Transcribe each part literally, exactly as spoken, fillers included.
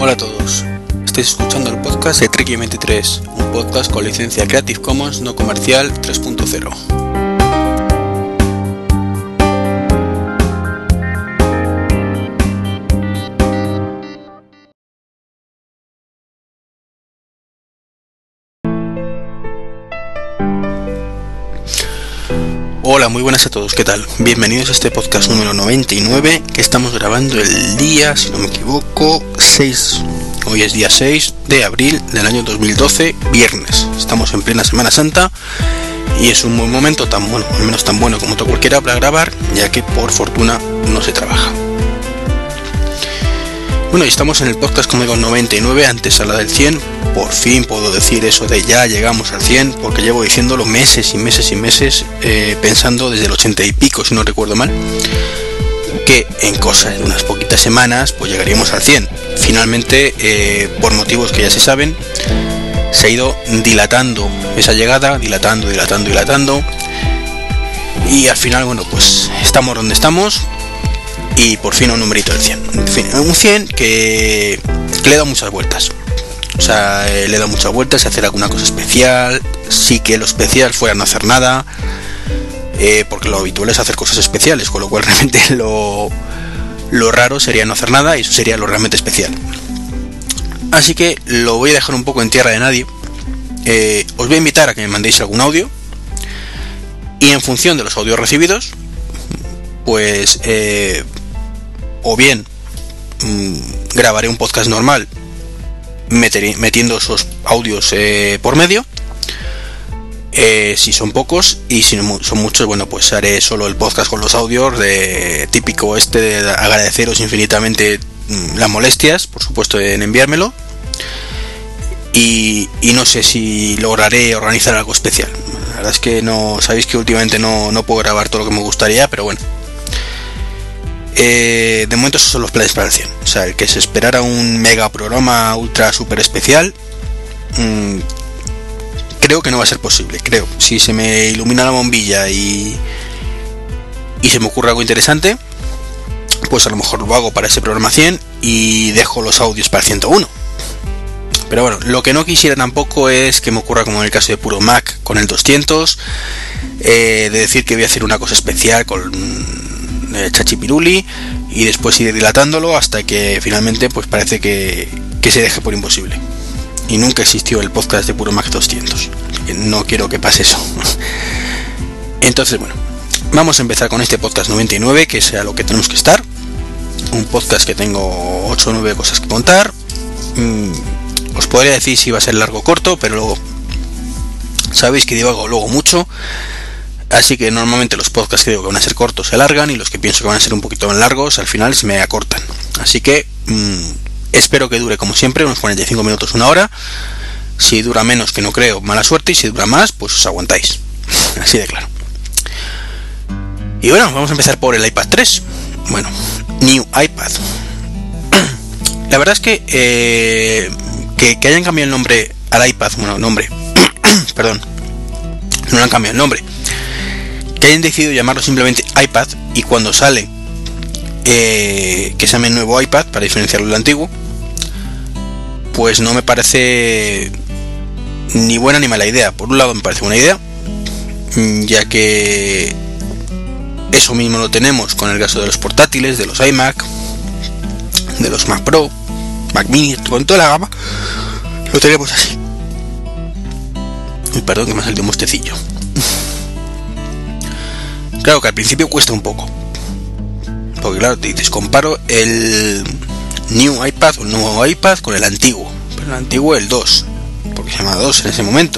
Hola a todos, estáis escuchando el podcast de Treki veintitrés, un podcast con licencia Creative Commons no comercial tres punto cero. Hola, muy buenas a todos, ¿qué tal? Bienvenidos a este podcast número noventa y nueve que estamos grabando el día, si no me equivoco, seis, hoy es día seis de abril del año dos mil doce, viernes. Estamos en plena Semana Santa y es un buen momento, tan bueno, al menos tan bueno como otro cualquiera para grabar, ya que por fortuna no se trabaja. Bueno, y estamos en el podcast conmigo noventa y nueve, antes a la del cien. Por fin puedo decir eso de ya llegamos al cien, porque llevo diciéndolo meses y meses y meses, eh, pensando desde el ochenta y pico, si no recuerdo mal, que en cosa de unas poquitas semanas pues llegaríamos al cien. Finalmente, eh, por motivos que ya se saben, se ha ido dilatando esa llegada, dilatando, dilatando, dilatando, y al final, bueno, pues estamos donde estamos. Y por fin un numerito del cien. En fin, un cien que, que le da muchas vueltas. O sea, eh, le da muchas vueltas, hacer alguna cosa especial. Sí que lo especial fuera no hacer nada. Eh, porque lo habitual es hacer cosas especiales. Con lo cual realmente lo, lo raro sería no hacer nada. Y eso sería lo realmente especial. Así que lo voy a dejar un poco en tierra de nadie. Eh, os voy a invitar a que me mandéis algún audio. Y en función de los audios recibidos, pues... Eh, o bien mmm, grabaré un podcast normal meteré, metiendo esos audios eh, por medio, eh, si son pocos, y si no son muchos, bueno, pues haré solo el podcast con los audios, de típico este de agradeceros infinitamente mmm, las molestias, por supuesto, en enviármelo, y, y no sé si lograré organizar algo especial. La verdad es que no, sabéis que últimamente no, no puedo grabar todo lo que me gustaría, pero bueno. Eh, de momento esos son los planes para el cien. O sea, el que se esperara un mega programa ultra super especial, mmm, creo que no va a ser posible. Creo, si se me ilumina la bombilla y y se me ocurre algo interesante, pues a lo mejor lo hago para ese programa cien y dejo los audios para el ciento uno. Pero bueno, lo que no quisiera tampoco es que me ocurra como en el caso de Puro Mac con el doscientos, eh, de decir que voy a hacer una cosa especial con Chachipiruli y después ir dilatándolo hasta que finalmente pues parece que, que se deje por imposible. Y nunca existió el podcast de Puro Mac doscientos. No quiero que pase eso. Entonces, bueno, vamos a empezar con este podcast noventa y nueve, que sea lo que tenemos que estar. Un podcast que tengo ocho o nueve cosas que contar. Mm, os podría decir si va a ser largo o corto, pero luego sabéis que divago luego mucho. Así que normalmente los podcasts que digo que van a ser cortos se alargan, y los que pienso que van a ser un poquito más largos al final se me acortan. Así que mmm, espero que dure como siempre unos cuarenta y cinco minutos, una hora. Si dura menos, que no creo, mala suerte, y si dura más, pues os aguantáis. Así de claro. Y bueno, vamos a empezar por el iPad tres. Bueno, New iPad. La verdad es que, eh, que que hayan cambiado el nombre al iPad, bueno, nombre, perdón, no le han cambiado el nombre, que hayan decidido llamarlo simplemente iPad, y cuando sale eh, que se llame el nuevo iPad para diferenciarlo del antiguo, pues no me parece ni buena ni mala idea. Por un lado me parece buena idea, ya que eso mismo lo tenemos con el caso de los portátiles, de los iMac, de los Mac Pro, Mac Mini, con toda la gama lo tenemos así. Uy, perdón, que me ha salido un mostecillo. Claro que al principio cuesta un poco, porque claro, te dices, comparo el New iPad o el nuevo iPad con el antiguo, pero el antiguo el dos, porque se llama dos en ese momento.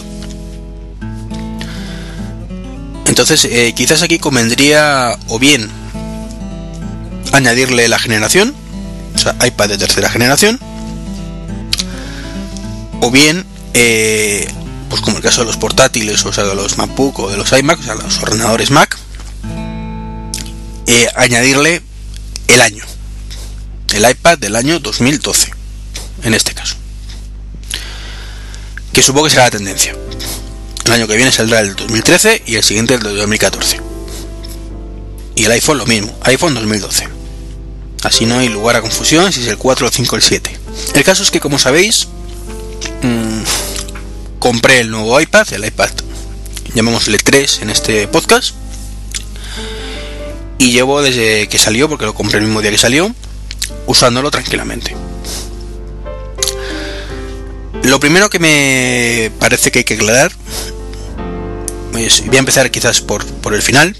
Entonces eh, quizás aquí convendría o bien añadirle la generación, o sea, iPad de tercera generación, o bien eh, pues como el caso de los portátiles, o sea, de los MacBook o de los iMac, o sea, los ordenadores Mac, Eh, añadirle el año, el iPad del año dos mil doce, en este caso, que supongo que será la tendencia. El año que viene saldrá el dos mil trece y el siguiente el dos mil catorce, y el iPhone lo mismo, iPhone dos mil doce. Así no hay lugar a confusión si es el cuatro, el cinco, el siete. El caso es que, como sabéis, mmm, compré el nuevo iPad, el iPad, llamémosle tres en este podcast, y llevo desde que salió, porque lo compré el mismo día que salió, usándolo tranquilamente. Lo primero que me parece que hay que aclarar, pues voy a empezar quizás por, por el final,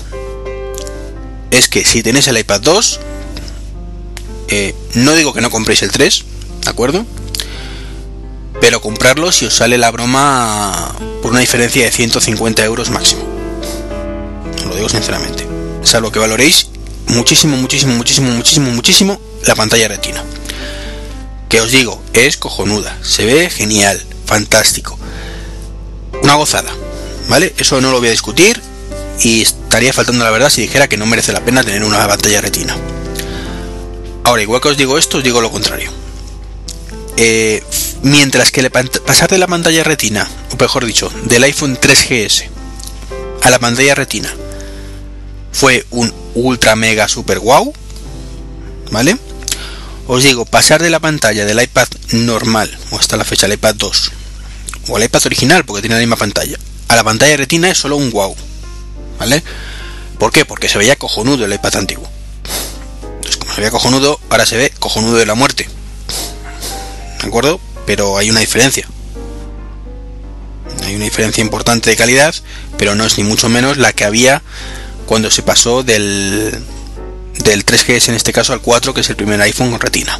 es que si tenéis el iPad dos, eh, no digo que no compréis el tres, ¿de acuerdo? Pero comprarlo si os sale la broma por una diferencia de ciento cincuenta euros máximo. Os lo digo sinceramente. Salvo que valoréis muchísimo, muchísimo, muchísimo, muchísimo, muchísimo la pantalla retina. Que os digo, es cojonuda, se ve genial, fantástico, una gozada, ¿vale? Eso no lo voy a discutir y estaría faltando la verdad si dijera que no merece la pena tener una pantalla retina. Ahora, igual que os digo esto, os digo lo contrario. Eh, mientras que le pasar de la pantalla retina, o mejor dicho, del iPhone tres G S a la pantalla retina fue un ultra mega super wow, ¿vale? Os digo, pasar de la pantalla del iPad normal, o hasta la fecha el iPad dos, o el iPad original, porque tiene la misma pantalla, a la pantalla retina es solo un wow, ¿vale? ¿Por qué? Porque se veía cojonudo el iPad antiguo. Entonces, como se veía cojonudo, ahora se ve cojonudo de la muerte, ¿de acuerdo? Pero hay una diferencia. Hay una diferencia importante de calidad, pero no es ni mucho menos la que había cuando se pasó del... del tres G S en este caso al cuatro, que es el primer iPhone con retina.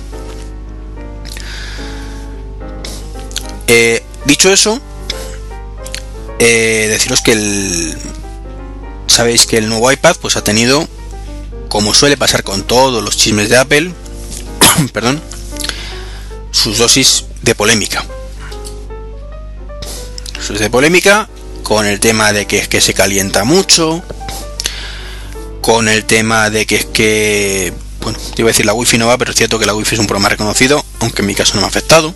Eh, dicho eso, eh, deciros que el, sabéis que el nuevo iPad pues ha tenido, como suele pasar con todos los chismes de Apple, perdón, sus dosis de polémica. Sus de polémica con el tema de que es que se calienta mucho, con el tema de que es que, bueno, te iba a decir la Wi-Fi no va, pero es cierto que la Wi-Fi es un programa reconocido, aunque en mi caso no me ha afectado.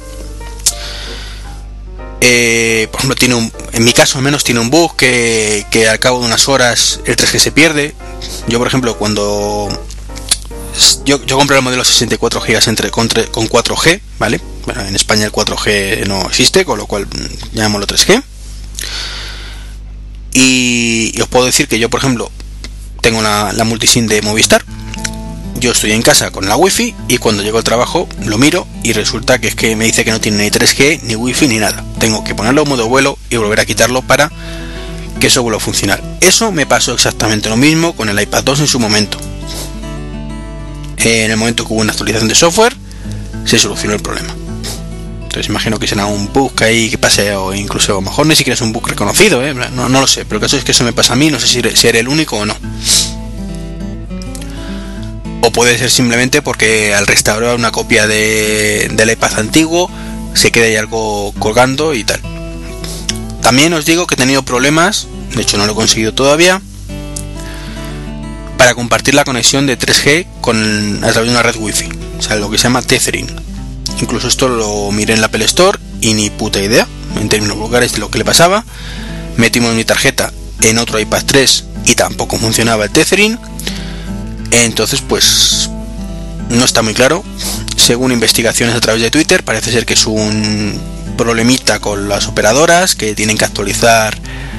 Eh, por ejemplo, tiene un, en mi caso al menos tiene un bug que, que al cabo de unas horas el tres G se pierde. Yo, por ejemplo, cuando yo, yo compré el modelo sesenta y cuatro gigas entre, con, con cuatro G, ¿vale? Bueno, en España el cuatro G no existe, con lo cual llamémoslo tres G. Y, y os puedo decir que yo, por ejemplo, tengo la, la multisim de Movistar. Yo estoy en casa con la Wi-Fi y cuando llego al trabajo lo miro y resulta que es que me dice que no tiene ni tres G, ni Wi-Fi, ni nada. Tengo que ponerlo en modo vuelo y volver a quitarlo para que eso vuelva a funcionar. Eso me pasó exactamente lo mismo con el iPad dos en su momento. En el momento que hubo una actualización de software, se solucionó el problema. Entonces imagino que será un bug ahí que pase, o incluso a lo mejor ni siquiera es un bug reconocido, ¿eh? no, no lo sé, pero el caso es que eso me pasa a mí, no sé si seré el único o no. O puede ser simplemente porque al restaurar una copia de, del iPad antiguo se queda ahí algo colgando y tal. También os digo que he tenido problemas, de hecho no lo he conseguido todavía, para compartir la conexión de tres G con, a través de una red Wi-Fi, o sea, lo que se llama tethering. Incluso esto lo miré en la Apple Store y ni puta idea en términos vulgares de lo que le pasaba. Metimos mi tarjeta en otro iPad tres y tampoco funcionaba el tethering. Entonces pues no está muy claro. Según investigaciones a través de Twitter, parece ser que es un problemita con las operadoras que tienen que actualizar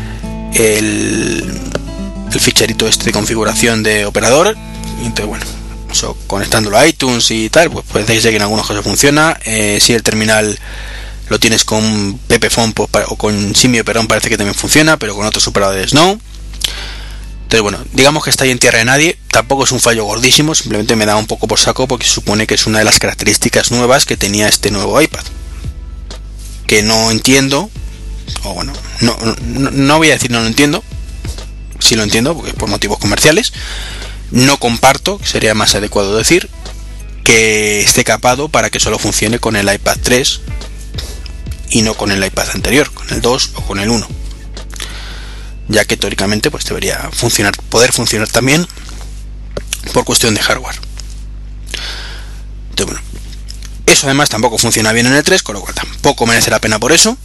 el, el ficherito este de configuración de operador. Entonces bueno, eso, conectándolo a iTunes y tal, pues puede ser que en algunos casos funciona. Eh, si el terminal lo tienes con Pepephone pues, o con Simio Perón parece que también funciona, pero con otros operadores no. Entonces bueno, digamos que está ahí en tierra de nadie. Tampoco es un fallo gordísimo, simplemente me da un poco por saco porque se supone que es una de las características nuevas que tenía este nuevo iPad, que no entiendo, o bueno, no, no, no voy a decir no lo entiendo, sí lo entiendo porque por motivos comerciales. No comparto, que sería más adecuado decir, que esté capado para que solo funcione con el iPad tres y no con el iPad anterior, con el dos o con el uno, ya que teóricamente pues debería funcionar, poder funcionar también por cuestión de hardware. Entonces, bueno, eso además tampoco funciona bien en el tres, con lo cual tampoco merece la pena por eso.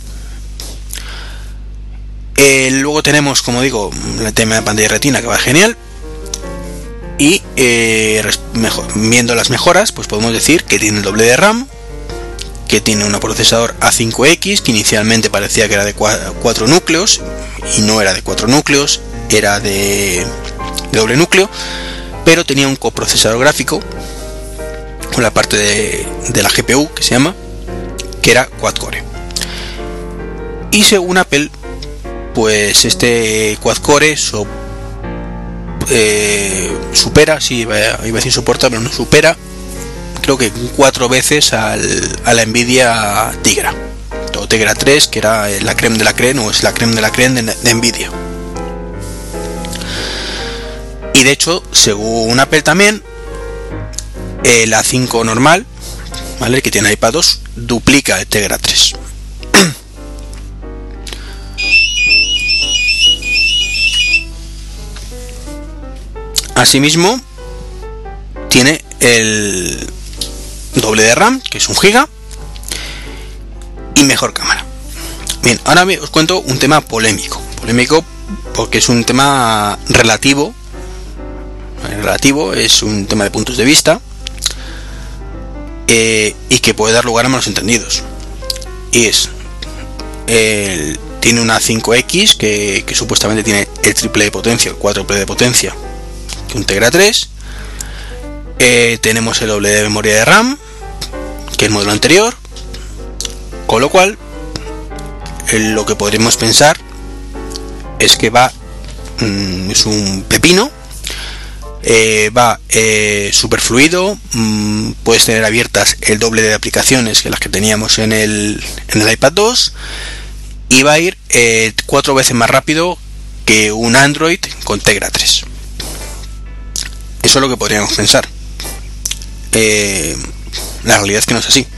Eh, luego tenemos, como digo, el tema de pantalla retina, que va genial. Y eh, mejor, viendo las mejoras, pues podemos decir que tiene el doble de RAM, que tiene un procesador A cinco X, que inicialmente parecía que era de cuatro núcleos, y no era de cuatro núcleos, era de, de doble núcleo, pero tenía un coprocesador gráfico con la parte de, de la G P U, que se llama, que era quad-core. Y según Apple, pues este quad-core so, eh, supera, sí, iba, iba a decir soporta, pero no supera, creo que cuatro veces al, a la Nvidia Tegra, o Tegra tres, que era la creme de la creme, o es la creme de la creme de, de Nvidia. Y de hecho, según Apple también, el A cinco normal, ¿vale?, el que tiene iPad dos, duplica el Tegra tres. Asimismo, tiene el doble de RAM, que es un giga, y mejor cámara. Bien, ahora os cuento un tema polémico. Polémico porque es un tema relativo. Relativo, es un tema de puntos de vista. Eh, y que puede dar lugar a malos entendidos. Y es, el, tiene una A cinco X que, que supuestamente tiene el triple de potencia, el cuádruple de potencia que un Tegra tres. Eh, tenemos el doble de memoria de RAM que el modelo anterior, con lo cual eh, lo que podríamos pensar es que va mmm, es un pepino. Eh, va eh, super fluido, mmm, puedes tener abiertas el doble de aplicaciones que las que teníamos en el, en el iPad dos, y va a ir eh, cuatro veces más rápido que un Android con Tegra tres. Eso es lo que podríamos pensar. Eh, la realidad es que no es así.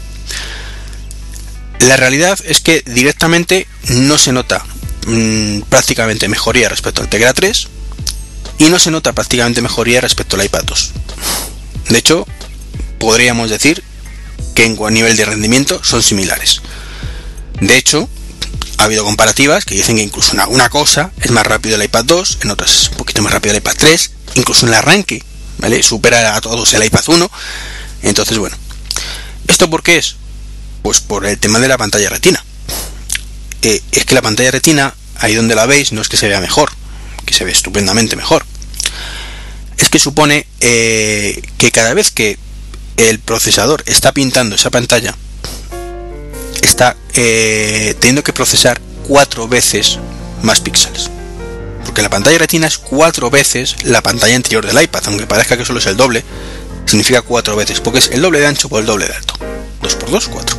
La realidad es que directamente no se nota mmm, prácticamente mejoría respecto al Tegra tres, y no se nota prácticamente mejoría respecto al iPad dos. De hecho, podríamos decir que en nivel de rendimiento son similares. De hecho, ha habido comparativas que dicen que incluso en alguna cosa es más rápido el iPad dos, en otras es un poquito más rápido el iPad tres, incluso en el arranque, ¿vale?, supera a todos el iPad uno. Entonces, bueno, ¿esto por qué es? Pues por el tema de la pantalla retina. Eh, es que la pantalla retina, ahí donde la veis, no es que se vea mejor, que se ve estupendamente mejor, es que supone eh, que cada vez que el procesador está pintando esa pantalla, está eh, teniendo que procesar cuatro veces más píxeles, porque la pantalla retina es cuatro veces la pantalla anterior del iPad, aunque parezca que solo es el doble, significa cuatro veces, porque es el doble de ancho por el doble de alto. Dos por dos, cuatro.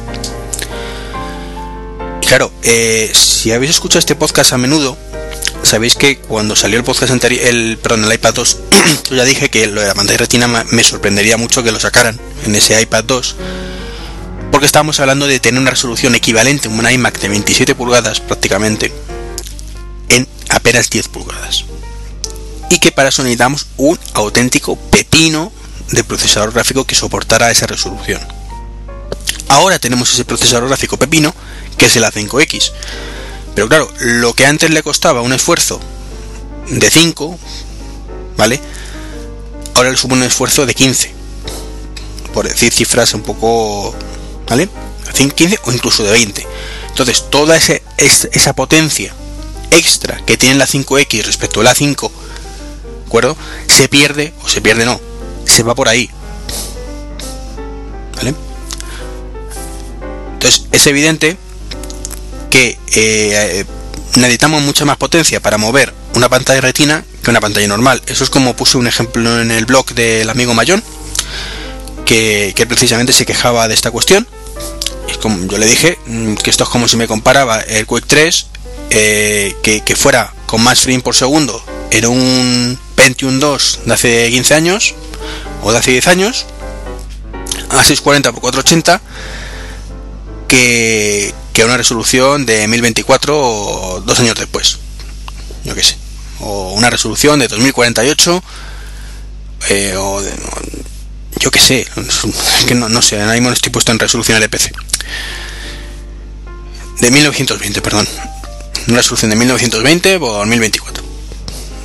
Y claro, eh, si habéis escuchado este podcast a menudo, sabéis que cuando salió el podcast anterior, el, perdón, el iPad dos, yo ya dije que lo de la pantalla retina me sorprendería mucho que lo sacaran en ese iPad dos, porque estábamos hablando de tener una resolución equivalente a un iMac de veintisiete pulgadas prácticamente en apenas diez pulgadas, y que para eso necesitamos un auténtico pepino de procesador gráfico que soportara esa resolución. Ahora tenemos ese procesador gráfico pepino, que es el A cinco X. Pero claro, lo que antes le costaba un esfuerzo de cinco, ¿vale?, ahora le supone un esfuerzo de quince, por decir cifras un poco, ¿vale?, quince o incluso de veinte. Entonces toda ese, esa potencia extra que tiene la cinco X respecto al A cinco, ¿de acuerdo?, se pierde, o se pierde no, se va por ahí, ¿vale? Entonces es evidente que eh, necesitamos mucha más potencia para mover una pantalla retina que una pantalla normal. Eso es como puse un ejemplo en el blog del amigo Mayón, que, que precisamente se quejaba de esta cuestión. Es como, yo le dije que esto es como si me comparaba el Quake tres, eh, que, que fuera con más frame por segundo en un Pentium dos de hace quince años o de hace diez años, a seiscientos cuarenta por cuatrocientos ochenta, que que una resolución de mil veinticuatro dos años después, yo qué sé, o una resolución de dos mil cuarenta y ocho, eh, o de, yo qué sé, es que no, no sé, ahora mismo no estoy puesto en resolución L P C, de mil novecientos veinte, perdón, una resolución de mil novecientos veinte por mil veinticuatro,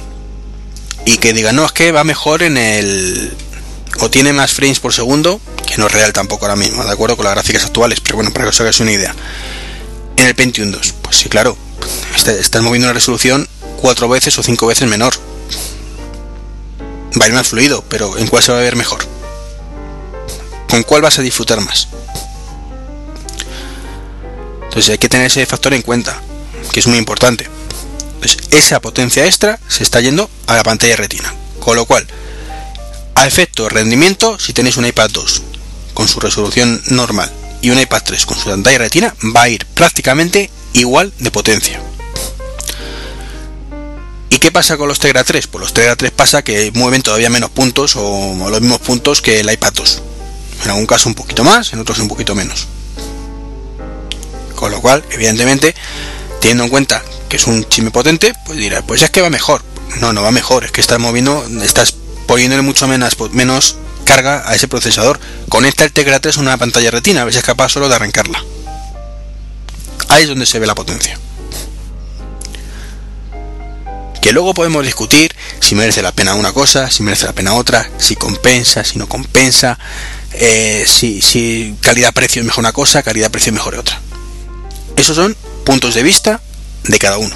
y que digan, no, es que va mejor en el, o tiene más frames por segundo que no es real tampoco ahora mismo, de acuerdo con las gráficas actuales, pero bueno, para que os hagáis una idea. En el Pentium dos, pues sí, claro, estás moviendo una resolución cuatro veces o cinco veces menor. Va a ir más fluido, pero ¿en cuál se va a ver mejor? ¿Con cuál vas a disfrutar más? Entonces hay que tener ese factor en cuenta, que es muy importante. Entonces esa potencia extra se está yendo a la pantalla retina, con lo cual, a efecto de rendimiento, si tenéis un iPad dos con su resolución normal y un iPad tres con su pantalla retina, va a ir prácticamente igual de potencia. ¿Y qué pasa con los Tegra tres? Pues los Tegra tres pasa que mueven todavía menos puntos o los mismos puntos que el iPad dos. En algún caso un poquito más, en otros un poquito menos. Con lo cual, evidentemente, teniendo en cuenta que es un chip potente, pues dirás, pues es que va mejor. No, no va mejor, es que estás moviendo, estás poniéndole mucho menos, menos carga a ese procesador. Conecta el Tegra tres a una pantalla retina, a ver si es capaz solo de arrancarla. Ahí es donde se ve la potencia. Que luego podemos discutir si merece la pena una cosa, si merece la pena otra, si compensa, si no compensa, eh, si, si calidad-precio es mejor una cosa, calidad-precio es mejor otra. Esos son puntos de vista de cada uno.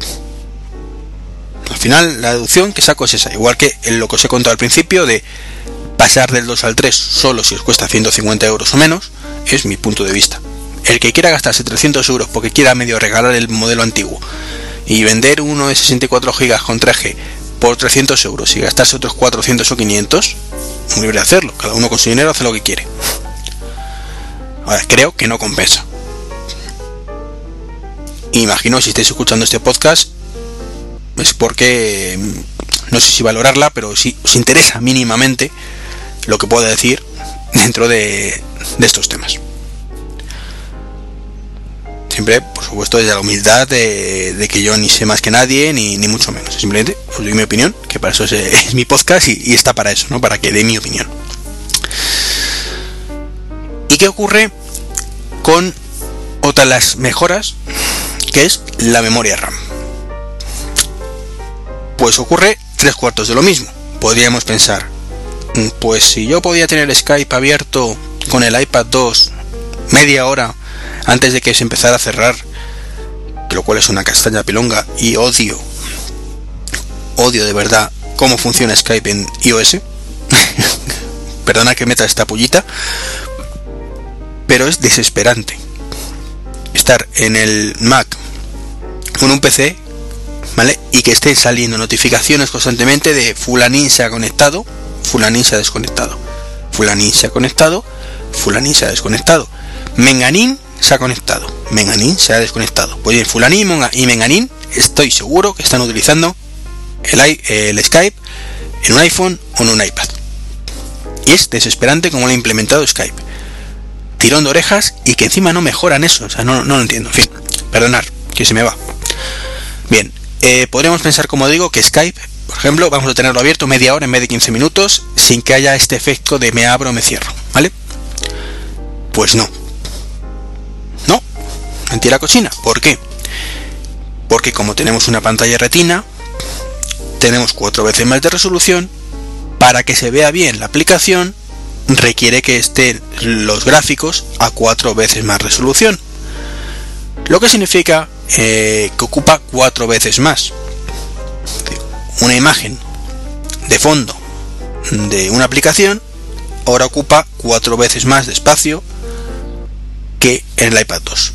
Al final la deducción que saco es esa, igual que en lo que os he contado al principio de pasar del dos al tres solo si os cuesta ciento cincuenta euros o menos, es mi punto de vista. El que quiera gastarse trescientos euros porque quiera medio regalar el modelo antiguo y vender uno de sesenta y cuatro gigas con tres G por trescientos euros y gastarse otros cuatrocientos o quinientos, muy libre de hacerlo, cada uno con su dinero hace lo que quiere. Ahora, creo que no compensa. Imagino, si estáis escuchando este podcast, es porque no sé si valorarla, pero si os interesa mínimamente lo que puedo decir dentro de, de estos temas. Siempre, por supuesto, desde la humildad de, de que yo ni sé más que nadie, ni, ni mucho menos. Simplemente os doy mi opinión, que para eso es, es mi podcast y, y está para eso, ¿no? Para que dé mi opinión. ¿Y qué ocurre con otra de las mejoras, que es la memoria RAM? Pues ocurre tres cuartos de lo mismo. Podríamos pensar, pues si yo podía tener Skype abierto con el iPad dos media hora antes de que se empezara a cerrar, lo cual es una castaña pilonga, y odio, odio de verdad cómo funciona Skype en iOS. Perdona que meta esta pullita, pero es desesperante estar en el Mac con un P C, ¿vale? Y que estén saliendo notificaciones constantemente de fulanín se ha conectado, fulanín se ha desconectado, fulanín se ha conectado, fulanín se ha desconectado, menganín se ha conectado, menganín se ha desconectado. Pues bien, fulanín y menganín estoy seguro que están utilizando el, el Skype en un iPhone o en un iPad. Y es desesperante como lo ha implementado Skype. Tirón de orejas, y que encima no mejoran eso. O sea, no, no lo entiendo. En fin, perdonad, que se me va. Bien, eh, podríamos pensar, como digo, que Skype, por ejemplo, vamos a tenerlo abierto media hora en vez de quince minutos, sin que haya este efecto de me abro o me cierro, ¿vale? Pues no. No, mentira cochina. ¿Por qué? Porque como tenemos una pantalla retina, tenemos cuatro veces más de resolución. Para que se vea bien la aplicación, requiere que estén los gráficos a cuatro veces más resolución. Lo que significa eh, que ocupa cuatro veces más. Una imagen de fondo de una aplicación ahora ocupa cuatro veces más de espacio que en el iPad dos.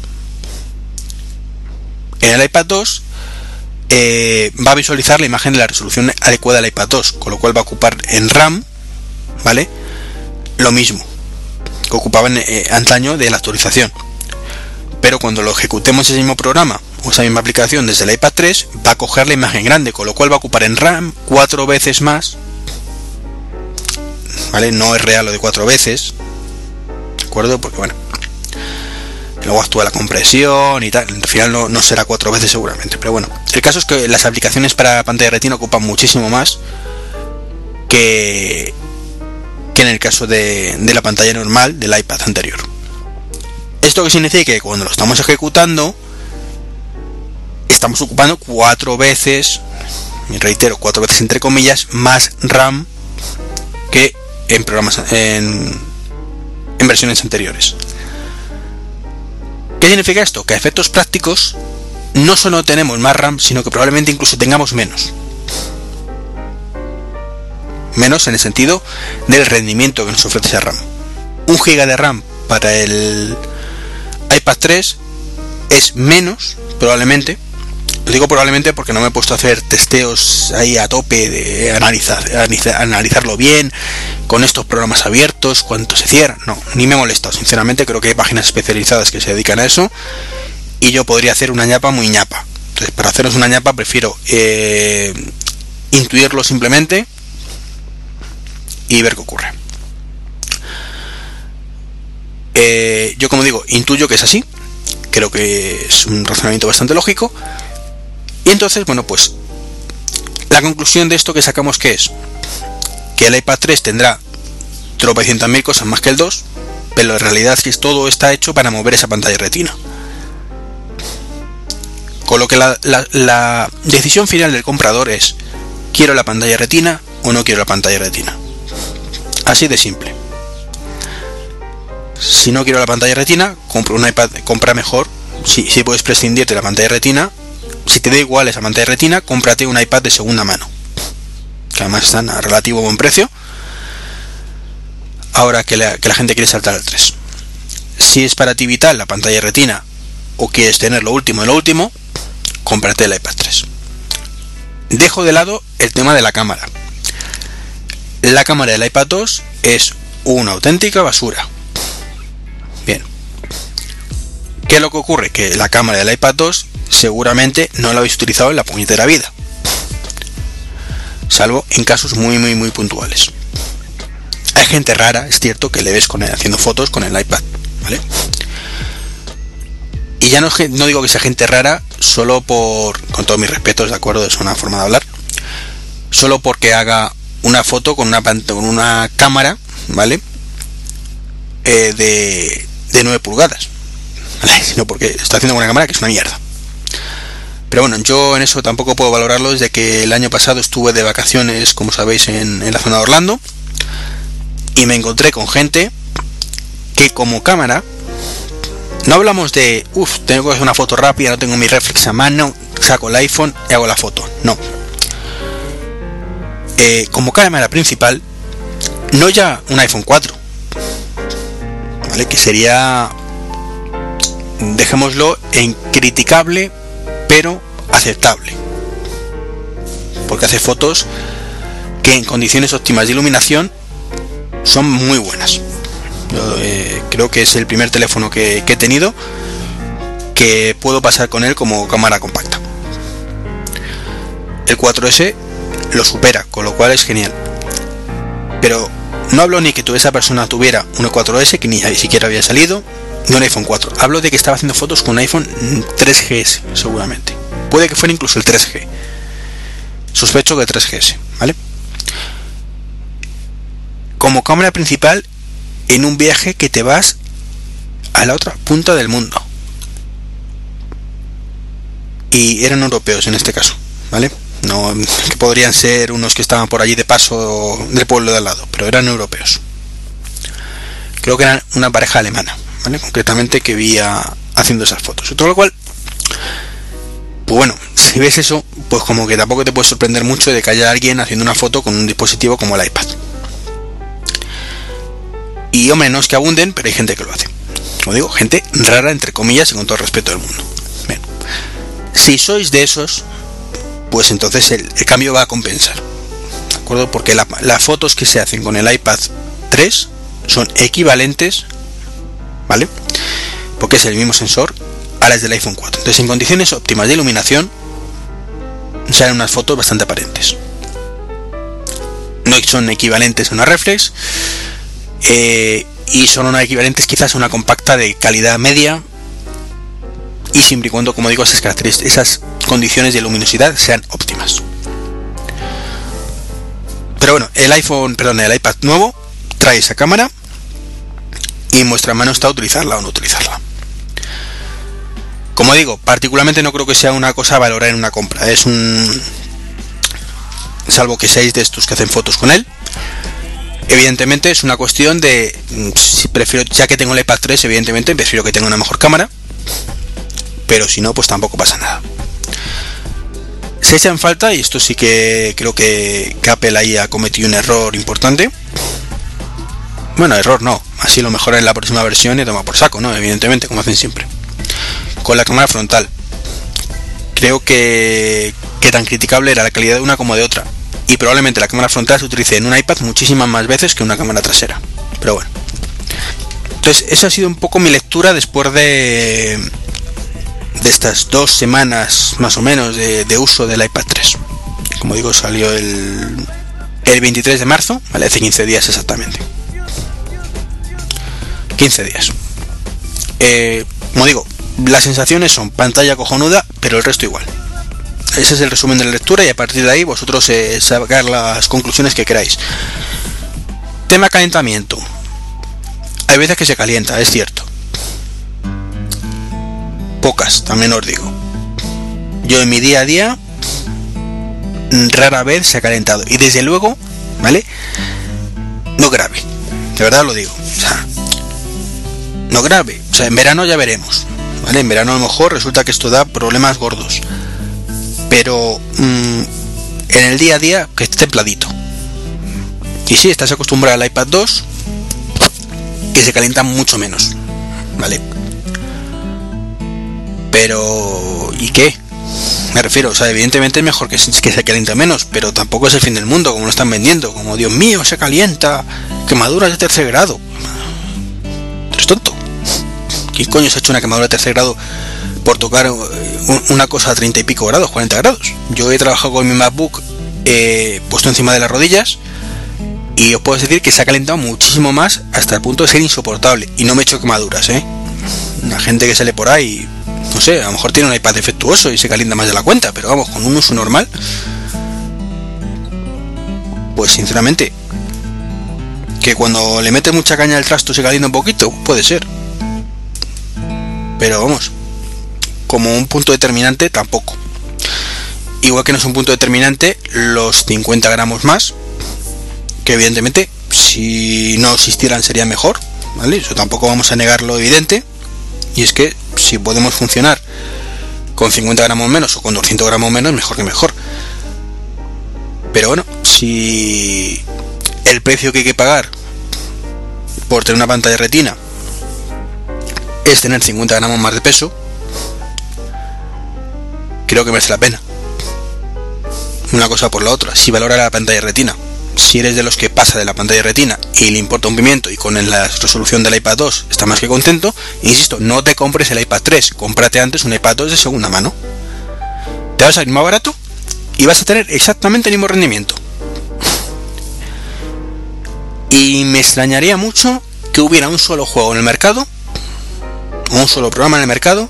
En el iPad dos eh, va a visualizar la imagen de la resolución adecuada al iPad dos, con lo cual va a ocupar en RAM, ¿vale?, lo mismo que ocupaba en, eh, antaño de la actualización. Pero cuando lo ejecutemos ese mismo programa o esa misma aplicación desde el iPad tres, va a coger la imagen grande, con lo cual va a ocupar en RAM cuatro veces más, ¿vale? No es real lo de cuatro veces, ¿de acuerdo? Porque bueno, luego actúa la compresión y tal, al final no, no será cuatro veces seguramente, pero bueno, el caso es que las aplicaciones para pantalla retina ocupan muchísimo más que, que en el caso de, de la pantalla normal del iPad anterior. Esto que significa que cuando lo estamos ejecutando estamos ocupando cuatro veces, y reitero, cuatro veces entre comillas, más RAM que en programas en, en versiones anteriores. ¿Qué significa esto? Que a efectos prácticos no solo tenemos más RAM, sino que probablemente incluso tengamos menos. Menos en el sentido del rendimiento que nos ofrece esa RAM. Un giga de RAM para el iPad tres es menos, probablemente. Lo digo probablemente porque no me he puesto a hacer testeos ahí a tope de analizar, analizar, analizarlo bien, con estos programas abiertos, cuánto se cierra. No, ni me he molestado, sinceramente. Creo que hay páginas especializadas que se dedican a eso y yo podría hacer una ñapa muy ñapa. Entonces, para haceros una ñapa prefiero eh, intuirlo simplemente y ver qué ocurre. Eh, yo, como digo, intuyo que es así. Creo que es un razonamiento bastante lógico. Y entonces, bueno, pues la conclusión de esto que sacamos, que es que el iPad tres tendrá tropecientas mil cosas más que el dos, pero en realidad es que todo está hecho para mover esa pantalla retina. Con lo que la, la, la decisión final del comprador es: ¿quiero la pantalla retina o no quiero la pantalla retina? Así de simple. Si no quiero la pantalla retina, compro un iPad, compra mejor. Si, si puedes prescindir de la pantalla retina, si te da igual esa pantalla retina, cómprate un iPad de segunda mano, que además están a relativo buen precio, ahora que la, que la gente quiere saltar al tres. Si es para ti vital la pantalla retina o quieres tener lo último de lo último, cómprate el iPad tres. Dejo de lado el tema de la cámara. La cámara del iPad dos es una auténtica basura. Bien. ¿Qué es lo que ocurre? Que la cámara del iPad dos seguramente no la habéis utilizado en la puñetera vida, salvo en casos muy muy muy puntuales. Hay gente rara, es cierto, que le ves con él haciendo fotos con el iPad, ¿vale? Y ya no, no digo que sea gente rara solo por, con todos mis respetos, de acuerdo, es una forma de hablar, solo porque haga una foto con una con una cámara, ¿vale? Eh, de, de nueve pulgadas, ¿vale? Sino porque está haciendo con una cámara que es una mierda. Pero bueno, yo en eso tampoco puedo valorarlo, desde que el año pasado estuve de vacaciones, como sabéis, en, en la zona de Orlando, y me encontré con gente que como cámara, no hablamos de, uff, tengo que hacer una foto rápida, no tengo mi reflex a mano, saco el iPhone y hago la foto. No. Eh, como cámara principal, no ya un iPhone cuatro, ¿vale? Que sería, dejémoslo en criticable, pero aceptable, porque hace fotos que en condiciones óptimas de iluminación son muy buenas. Yo, eh, creo que es el primer teléfono que, que he tenido que puedo pasar con él como cámara compacta. El cuatro ese lo supera, con lo cual es genial. Pero no hablo ni que esa persona tuviera un cuatro ese, que ni siquiera había salido, de un iPhone cuatro. Hablo de que estaba haciendo fotos con un iPhone tres G S, seguramente. Puede que fuera incluso el tres G. Sospecho que el tres G S, ¿vale? Como cámara principal en un viaje que te vas a la otra punta del mundo. Y eran europeos en este caso, ¿vale? No, que podrían ser unos que estaban por allí de paso del pueblo de al lado, pero eran europeos. Creo que eran una pareja alemana, ¿vale? Concretamente, que vi a, haciendo esas fotos. Todo lo cual, pues bueno, si ves eso, pues como que tampoco te puede sorprender mucho de que haya alguien haciendo una foto con un dispositivo como el iPad. Y hombre, no es que abunden, pero hay gente que lo hace. Como digo, gente rara, entre comillas, y con todo el respeto del mundo. Bien. Si sois de esos, pues entonces el, el cambio va a compensar, ¿de acuerdo? Porque la, las fotos que se hacen con el iPad tres son equivalentes, ¿vale? Porque es el mismo sensor a las del iPhone cuatro. Entonces, en condiciones óptimas de iluminación salen unas fotos bastante aparentes. No son equivalentes a una reflex, eh, y son una equivalentes quizás a una compacta de calidad media, y siempre y cuando, como digo, esas características, esas condiciones de luminosidad sean óptimas. Pero bueno, el iPhone, perdón, el iPad nuevo trae esa cámara y en vuestra mano está utilizarla o no utilizarla. Como digo, particularmente no creo que sea una cosa a valorar en una compra. Es un, salvo que seáis de estos que hacen fotos con él, Evidentemente es una cuestión de, si prefiero, ya que tengo el iPad tres, evidentemente prefiero que tenga una mejor cámara, pero si no, pues tampoco pasa nada. Se echa en falta, y esto sí que creo que, que Apple ahí ha cometido un error importante. Bueno, error no, así lo mejor en la próxima versión y toma por saco, ¿no? Evidentemente, como hacen siempre. Con la cámara frontal. Creo que, que tan criticable era la calidad de una como de otra. Y probablemente la cámara frontal se utilice en un iPad muchísimas más veces que una cámara trasera. Pero bueno. Entonces, esa ha sido un poco mi lectura después de... de estas dos semanas más o menos de, de uso del iPad tres. Como digo, salió el, el veintitrés de marzo, vale, hace quince días exactamente. quince días. Eh, como digo, las sensaciones son pantalla cojonuda, pero el resto igual. Ese es el resumen de la lectura y a partir de ahí vosotros eh, sacar las conclusiones que queráis. Tema calentamiento. Hay veces que se calienta, es cierto. Pocas, también os digo. Yo en mi día a día rara vez se ha calentado. Y desde luego, ¿vale? No grave. De verdad lo digo. O sea, no grave. O sea, en verano ya veremos. ¿Vale? En verano a lo mejor resulta que esto da problemas gordos. Pero mmm, en el día a día que esté templadito. Y sí, estás acostumbrado al iPad dos, que se calienta mucho menos. ¿Vale? Pero... ¿y qué? Me refiero, o sea, evidentemente es mejor que se, que se caliente menos, pero tampoco es el fin del mundo, como lo están vendiendo. Como, Dios mío, se calienta, quemaduras de tercer grado. ¿Eres tonto? ¿Quién coño se ha hecho una quemadura de tercer grado por tocar una cosa a treinta y pico grados, cuarenta grados? Yo he trabajado con mi MacBook eh, puesto encima de las rodillas y os puedo decir que se ha calentado muchísimo más hasta el punto de ser insoportable. Y no me he hecho quemaduras, ¿eh? La gente que sale por ahí, no sé, a lo mejor tiene un iPad defectuoso y se calienta más de la cuenta, pero vamos, con un uso normal, pues sinceramente, que cuando le metes mucha caña al trasto se calienta un poquito, puede ser. Pero vamos, como un punto determinante tampoco. Igual que no es un punto determinante los cincuenta gramos más, que evidentemente si no existieran sería mejor, ¿vale? Eso tampoco vamos a negar lo evidente. Y es que si podemos funcionar con cincuenta gramos menos o con doscientos gramos menos, mejor que mejor. Pero bueno, si el precio que hay que pagar por tener una pantalla retina es tener cincuenta gramos más de peso, creo que merece la pena. Una cosa por la otra. Si valora la pantalla retina, si eres de los que pasa de la pantalla retina y le importa un pimiento y con la resolución del iPad dos está más que contento, insisto, no te compres el iPad tres, cómprate antes un iPad dos de segunda mano. Te va a salir más barato y vas a tener exactamente el mismo rendimiento. Y me extrañaría mucho que hubiera un solo juego en el mercado, o un solo programa en el mercado,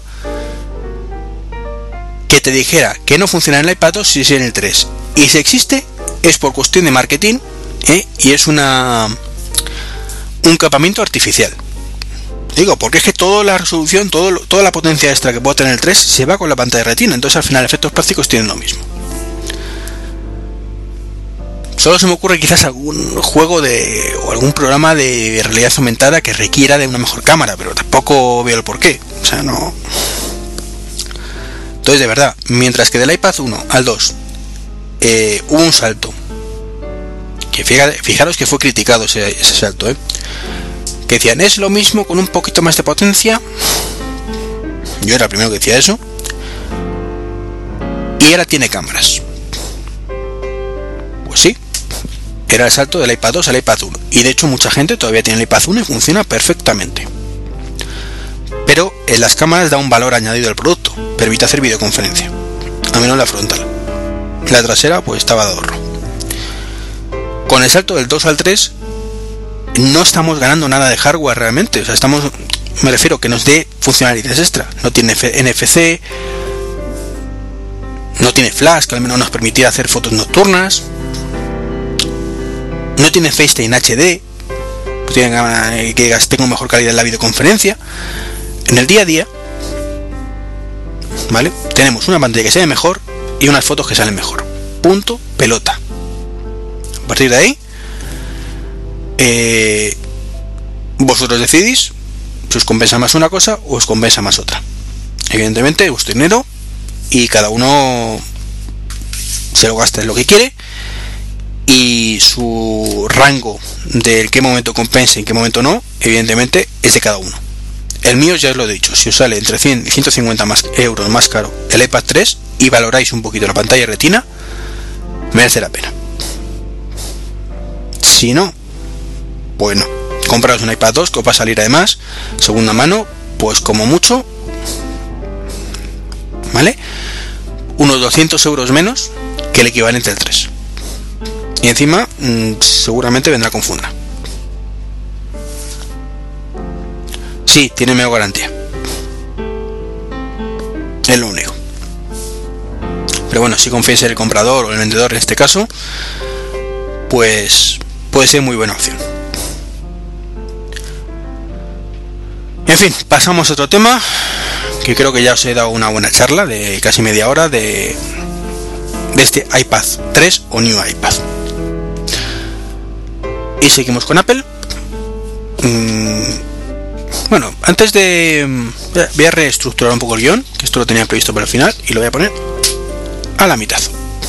que te dijera que no funciona en el iPad dos si es en el tres. Y si existe, es por cuestión de marketing, ¿eh? Y es una un capamiento artificial. Digo, porque es que toda la resolución, todo, toda la potencia extra que puede tener el tres se va con la pantalla retina, entonces al final efectos prácticos tienen lo mismo. Solo se me ocurre quizás algún juego de o algún programa de realidad aumentada que requiera de una mejor cámara, pero tampoco veo el porqué. O sea, no. Entonces, de verdad, mientras que del iPad uno al dos eh, hubo un salto, que fija, fijaros que fue criticado ese, ese salto, ¿eh? Que decían, es lo mismo con un poquito más de potencia. Yo era el primero que decía eso. Y ahora tiene cámaras. Pues sí, era el salto del iPad dos al iPad uno. Y de hecho mucha gente todavía tiene el iPad uno y funciona perfectamente. Pero en las cámaras da un valor añadido al producto. Permite hacer videoconferencia. A menos la frontal. La trasera pues estaba de ahorro. Con el salto del dos al tres no estamos ganando nada de hardware realmente. O sea, estamos, me refiero que nos dé funcionalidades extra. No tiene N F C, no tiene flash, que al menos nos permitiera hacer fotos nocturnas. No tiene FaceTime H D, que tenga mejor calidad en la videoconferencia. En el día a día, ¿vale? Tenemos una pantalla que se ve mejor y unas fotos que salen mejor. Punto, pelota. A partir de ahí, Eh, vosotros decidís si os compensa más una cosa o os compensa más otra. Evidentemente, vuestro dinero y cada uno se lo gasta en lo que quiere, y su rango de en qué momento compensa y en qué momento no, evidentemente es de cada uno. El mío ya os lo he dicho, si os sale entre cien y ciento cincuenta más euros más caro el iPad tres y valoráis un poquito la pantalla retina, merece la pena. Si no, pues no, compraos un iPad dos que os va a salir además segunda mano, pues como mucho, ¿vale?, unos doscientos euros menos que el equivalente al tres, y encima mmm, seguramente vendrá con funda. Sí, tiene medio garantía, es lo único. Pero bueno, si confiáis en el comprador o el vendedor en este caso, pues puede ser muy buena opción. En fin, pasamos a otro tema, que creo que ya os he dado una buena charla de casi media hora de, de este iPad tres o New iPad. Y seguimos con Apple. Mm, bueno, antes de... voy a reestructurar un poco el guión, que esto lo tenía previsto para el final, y lo voy a poner a la mitad.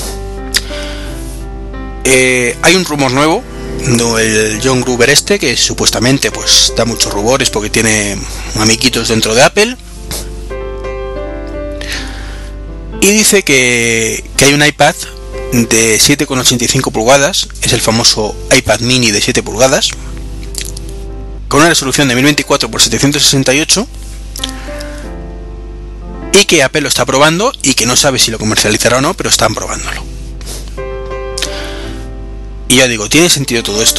Eh, hay un rumor nuevo, no, el John Gruber este, que supuestamente pues da muchos rumores porque tiene amiguitos dentro de Apple, y dice que, que hay un iPad de siete coma ochenta y cinco pulgadas, es el famoso iPad mini de siete pulgadas, con una resolución de mil veinticuatro por setecientos sesenta y ocho, y que Apple lo está probando y que no sabe si lo comercializará o no, pero están probándolo. Y ya digo, ¿tiene sentido todo esto?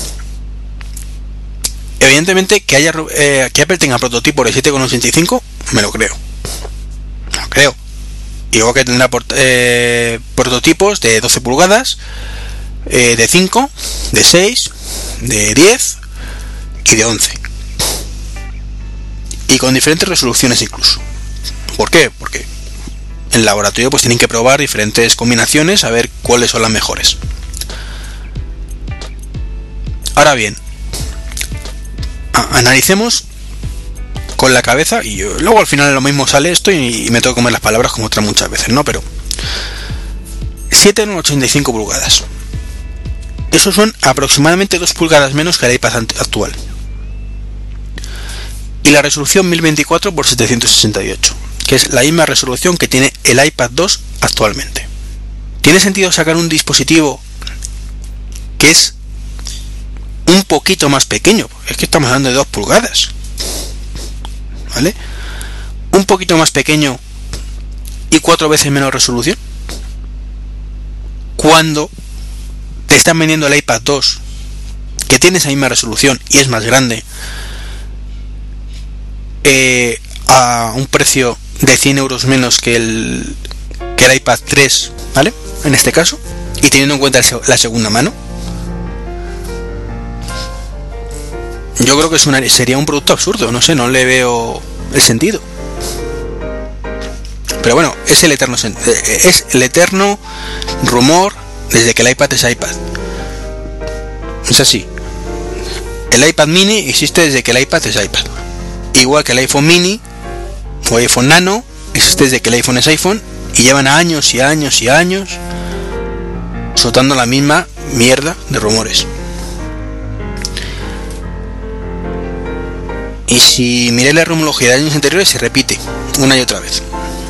Evidentemente que haya eh, que Apple tenga prototipos de siete coma ochenta y cinco, me lo creo. Me lo creo. Igual que tendrá port eh, prototipos de doce pulgadas, eh, de cinco, de seis, de diez y de once. Y con diferentes resoluciones incluso. ¿Por qué? Porque en el laboratorio pues tienen que probar diferentes combinaciones a ver cuáles son las mejores. Ahora bien, analicemos con la cabeza, y yo, luego al final lo mismo sale esto y, y me tengo que comer las palabras como otras muchas veces, ¿no? Pero siete coma ochenta y cinco pulgadas, eso son aproximadamente dos pulgadas menos que el iPad actual, y la resolución mil veinticuatro por setecientos sesenta y ocho, que es la misma resolución que tiene el iPad dos actualmente. ¿Tiene sentido sacar un dispositivo que es un poquito más pequeño? Es que estamos hablando de dos pulgadas, ¿vale? Un poquito más pequeño y cuatro veces menos resolución, cuando te están vendiendo el iPad dos, que tiene esa misma resolución y es más grande, eh, a un precio de cien euros menos que el que el iPad tres, ¿vale? En este caso, y teniendo en cuenta la segunda mano. Yo creo que es una, sería un producto absurdo, no sé, no le veo el sentido. Pero bueno, es el eterno es el eterno rumor desde que el iPad es iPad. Es así. El iPad mini existe desde que el iPad es iPad. Igual que el iPhone mini o iPhone nano existe desde que el iPhone es iPhone, y llevan años y años y años soltando la misma mierda de rumores. Y si miré la rumorología de años anteriores, se repite una y otra vez.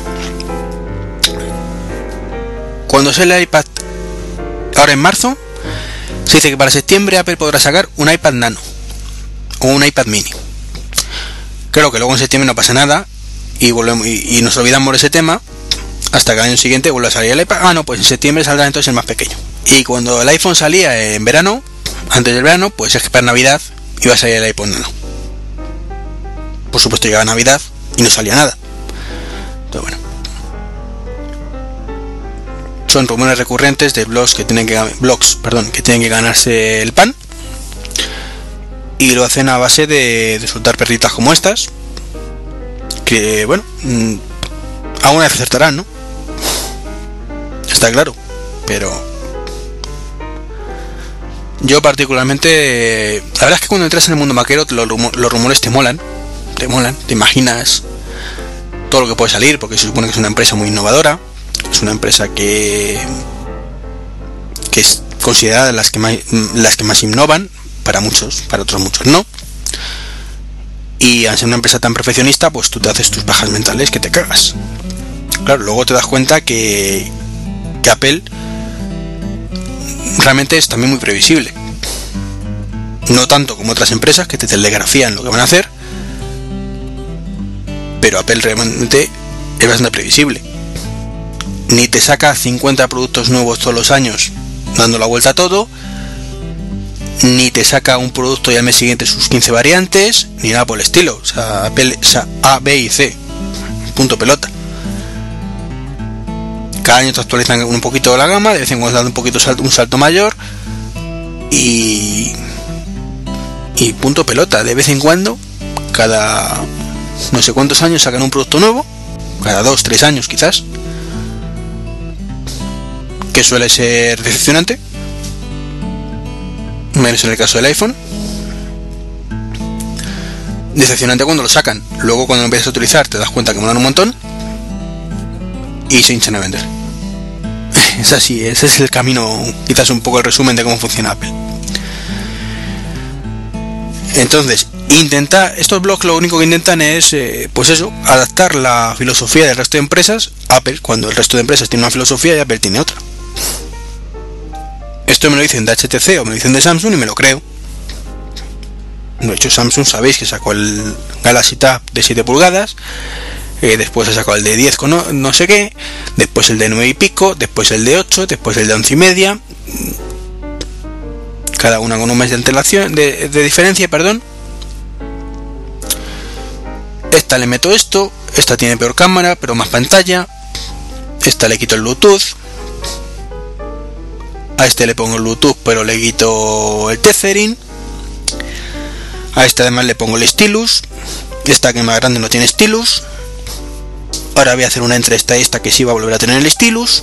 Cuando sale el iPad ahora en marzo, se dice que para septiembre Apple podrá sacar un iPad nano o un iPad mini. Creo que luego en septiembre no pasa nada y, volvemos, y, y nos olvidamos de ese tema hasta que el año siguiente vuelve a salir el iPad. Ah, no, pues en septiembre saldrá entonces el más pequeño. Y cuando el iPhone salía en verano, antes del verano, pues es que para Navidad iba a salir el iPhone nano. Por supuesto llegaba Navidad y no salía nada. Entonces bueno, son rumores recurrentes de blogs que tienen que blogs, perdón, que tienen que ganarse el pan, y lo hacen a base de, de soltar perritas como estas, que bueno, mmm, alguna vez acertarán, ¿no? Está claro, pero Yo particularmente, la verdad es que cuando entras en el mundo maquero los, los rumores te molan, te molan, te imaginas todo lo que puede salir, porque se supone que es una empresa muy innovadora, es una empresa que que es considerada las que más, las que más innovan, para muchos, para otros muchos no. Y al ser una empresa tan perfeccionista, pues tú te haces tus pajas mentales que te cagas. Claro, luego te das cuenta que, que Apple realmente es también muy previsible. No tanto como otras empresas que te telegrafían lo que van a hacer, pero Apple realmente es bastante previsible. Ni te saca cincuenta productos nuevos todos los años dando la vuelta a todo, ni te saca un producto y al mes siguiente sus quince variantes, ni nada por el estilo. O sea, Apple, o sea, A, B y C, punto pelota. Cada año te actualizan un poquito la gama, de vez en cuando dan un poquito salto, un salto mayor y y punto pelota. De vez en cuando, cada no sé cuántos años sacan un producto nuevo, cada dos, tres años quizás, que suele ser decepcionante, menos en el caso del iPhone. Decepcionante cuando lo sacan, luego cuando lo empiezas a utilizar te das cuenta que molan un montón y se hinchan a vender. Es así, ese es el camino, quizás un poco el resumen de cómo funciona Apple. Entonces, intenta, estos blogs lo único que intentan es, eh, pues eso, adaptar la filosofía del resto de empresas a Apple, cuando el resto de empresas tiene una filosofía y Apple tiene otra. Esto me lo dicen de H T C o me lo dicen de Samsung y me lo creo. De hecho, Samsung sabéis que sacó el Galaxy Tab de siete pulgadas, eh, después ha sacado el de diez con no, no sé qué, después el de nueve y pico, después el de ocho, después el de once y media, cada una con un mes de antelación, de, de diferencia, perdón. Esta le meto esto, esta tiene peor cámara pero más pantalla, esta le quito el Bluetooth, a este le pongo el Bluetooth pero le quito el tethering, a este además le pongo el stylus, esta que es más grande no tiene stylus, ahora voy a hacer una entre esta y esta que sí va a volver a tener el stylus,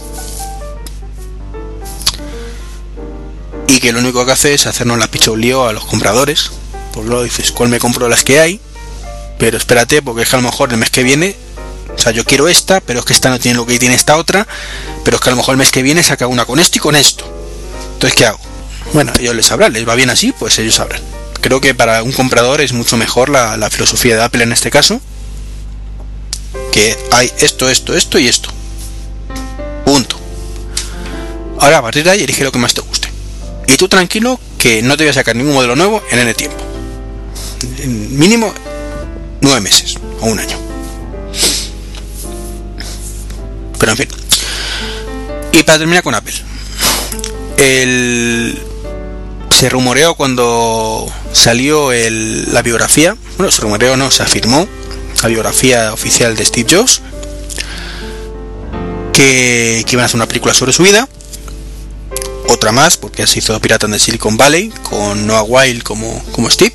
y que lo único que hace es hacernos la picha un lío a los compradores. Pues luego dices, ¿cuál me compro? Las que hay, pero espérate, porque es que a lo mejor el mes que viene, o sea, yo quiero esta, pero es que esta no tiene lo que tiene esta otra, pero es que a lo mejor el mes que viene saca una con esto y con esto. Entonces, ¿qué hago? Bueno, ellos les sabrán, les va bien así, pues ellos sabrán. Creo que para un comprador es mucho mejor la, la filosofía de Apple en este caso, que hay esto, esto, esto y esto. Punto. Ahora, a partir de ahí, elige lo que más te guste. Y tú tranquilo, que no te voy a sacar ningún modelo nuevo en N tiempo. En mínimo nueve meses o un año. Pero en fin. Y para terminar con Apple, el... se rumoreó cuando salió el... la biografía, bueno, se rumoreó no, se afirmó la biografía oficial de Steve Jobs, que, que iban a hacer una película sobre su vida, otra más, porque se hizo Pirata de Silicon Valley con Noah Wyle como, como Steve,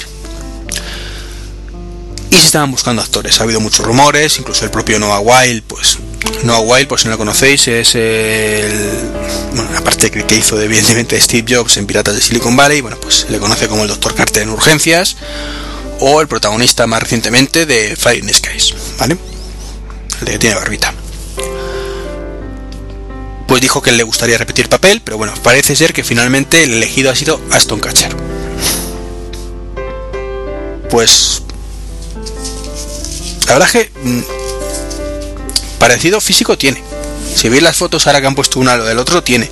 y se estaban buscando actores. Ha habido muchos rumores, incluso el propio Noah Wyle, pues Noah Wyle, por si no lo conocéis, es el, bueno, aparte que hizo evidentemente Steve Jobs en Piratas de Silicon Valley, bueno, pues se le conoce como el doctor Carter en Urgencias, o el protagonista más recientemente de Fire in the Skies, ¿vale? El de que tiene barbita. Pues dijo que le gustaría repetir papel, pero bueno, parece ser que finalmente el elegido ha sido Ashton Kutcher. Pues la verdad es que mmm, parecido físico tiene. Si veis las fotos ahora que han puesto una al del otro, tiene.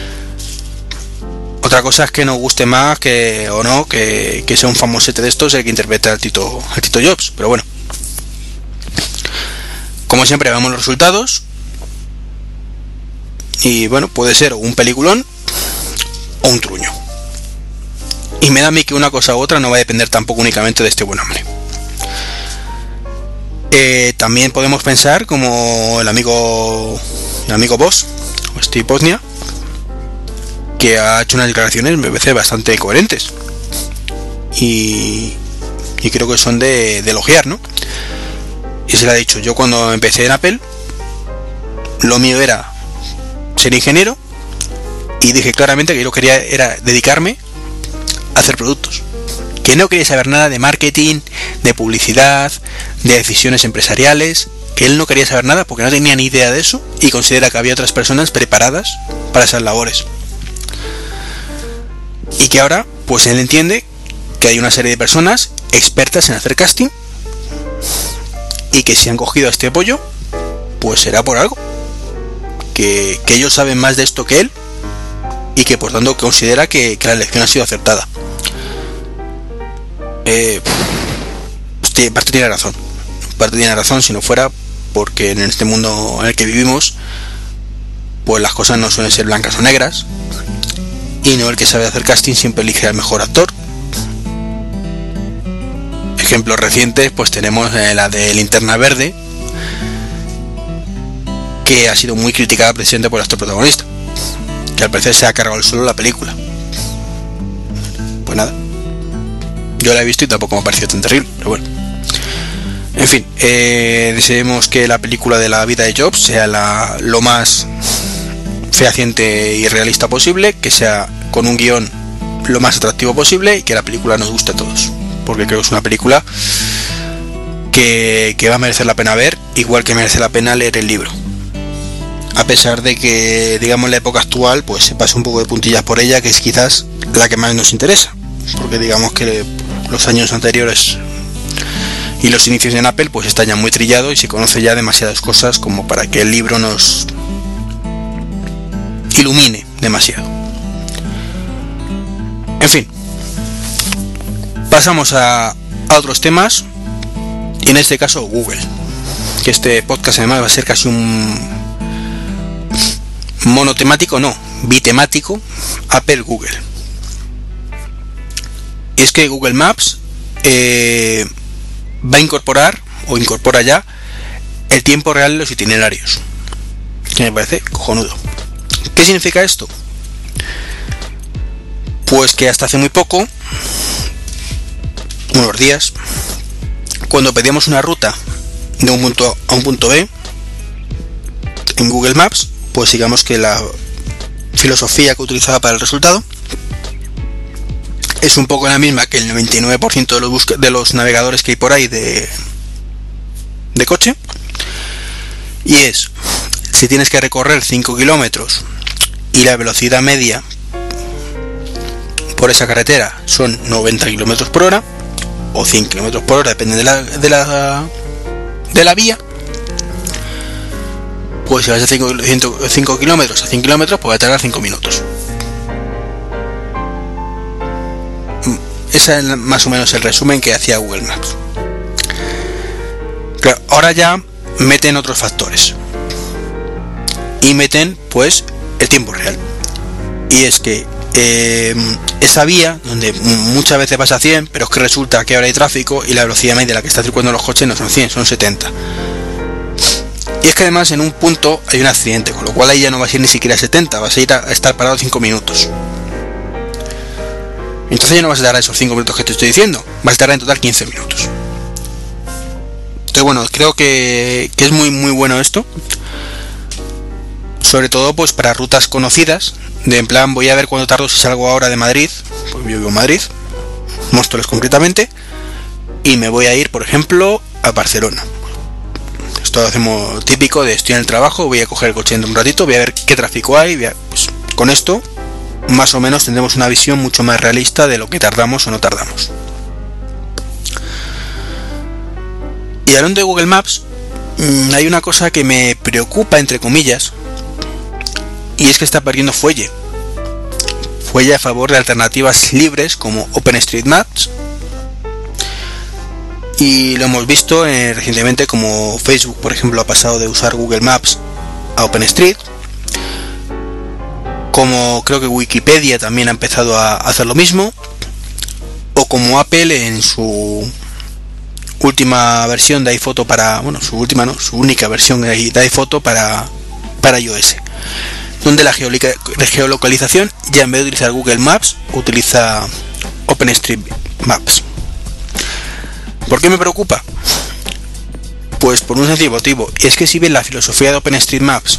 Otra cosa es que nos guste más que o no que, que sea un famosete de estos el que interprete al Tito, al Tito Jobs, pero bueno. Como siempre, vemos los resultados. Y bueno, puede ser un peliculón o un truño. Y me da a mí que una cosa u otra no va a depender tampoco únicamente de este buen hombre. Eh, también podemos pensar como el amigo el amigo Boss, o Steve Wozniak, que ha hecho unas declaraciones me parece bastante coherentes. Y, y creo que son de, de elogiar, ¿no? Y se le ha dicho, yo cuando empecé en Apple, lo mío era ser ingeniero, y dije claramente que yo quería era dedicarme hacer productos, que no quería saber nada de marketing, de publicidad, de decisiones empresariales, que él no quería saber nada porque no tenía ni idea de eso y considera que había otras personas preparadas para esas labores. Y que ahora, pues él entiende que hay una serie de personas expertas en hacer casting y que si han cogido a este pollo, pues será por algo. Que, que ellos saben más de esto que él y que por tanto considera que, que la elección ha sido acertada. Eh, pues, parte tiene razón. Parte tiene razón si no fuera porque en este mundo en el que vivimos, pues las cosas no suelen ser blancas o negras. Y no el que sabe hacer casting siempre elige al mejor actor. Ejemplos recientes, pues tenemos eh, la de Linterna Verde, que ha sido muy criticada precisamente por el actor protagonista, que al parecer se ha cargado el suelo la película. Pues nada, yo la he visto y tampoco me ha parecido tan terrible, pero bueno. En fin, eh, deseemos que la película de la vida de Jobs sea la, lo más fehaciente y realista posible, que sea con un guión lo más atractivo posible y que la película nos guste a todos, porque creo que es una película que, que va a merecer la pena ver, igual que merece la pena leer el libro, a pesar de que, digamos, en la época actual pues se pasa un poco de puntillas por ella, que es quizás la que más nos interesa, porque digamos que los años anteriores y los inicios en Apple pues están ya muy trillados y se conoce ya demasiadas cosas como para que el libro nos ilumine demasiado. En fin, pasamos a, a otros temas, y en este caso Google, que este podcast además va a ser casi un monotemático, no, bitemático, Apple Google. Y es que Google Maps eh, va a incorporar, o incorpora ya, el tiempo real de los itinerarios, que me parece cojonudo. ¿Qué significa esto? Pues que hasta hace muy poco, unos días, cuando pedíamos una ruta de un punto A a un punto B en Google Maps, pues digamos que la filosofía que utilizaba para el resultado es un poco la misma que el noventa y nueve por ciento de los, busca- de los navegadores que hay por ahí de, de coche, y es: si tienes que recorrer cinco kilómetros y la velocidad media por esa carretera son noventa kilómetros por hora o cien kilómetros por hora, depende de la, de la de la vía, pues si vas de cinco kilómetros a cien kilómetros, pues va a tardar cinco minutos. Ese es más o menos el resumen que hacía Google Maps. Claro, ahora ya meten otros factores y meten pues el tiempo real, y es que eh, esa vía donde muchas veces vas a cien, pero es que resulta que ahora hay tráfico y la velocidad media de la que está circulando los coches no son cien, son setenta, y es que además en un punto hay un accidente, con lo cual ahí ya no vas a ir ni siquiera a setenta, vas a ir a, a estar parado cinco minutos. Entonces ya no vas a tardar esos cinco minutos que te estoy diciendo, vas a tardar en total quince minutos. Entonces bueno, creo que, que es muy muy bueno esto, sobre todo pues para rutas conocidas, de en plan voy a ver cuánto tardo si salgo ahora de Madrid, porque yo vivo en Madrid, Móstoles concretamente, y me voy a ir por ejemplo a Barcelona. Esto lo hacemos típico de estoy en el trabajo, voy a coger el coche en un ratito, voy a ver qué tráfico hay, voy a, pues con esto más o menos tendremos una visión mucho más realista de lo que tardamos o no tardamos. Y hablando de Google Maps, mmm, hay una cosa que me preocupa entre comillas, y es que está perdiendo fuelle. Fuelle a favor de alternativas libres como OpenStreetMaps, y lo hemos visto eh, recientemente como Facebook, por ejemplo, ha pasado de usar Google Maps a OpenStreet, como creo que Wikipedia también ha empezado a hacer lo mismo, o como Apple en su última versión de iPhoto para, bueno, su última no, su única versión de iPhoto para, para iOS, donde la geolocalización ya en vez de utilizar Google Maps utiliza OpenStreetMaps. ¿Por qué me preocupa? Pues por un sencillo motivo, y es que si bien la filosofía de OpenStreetMaps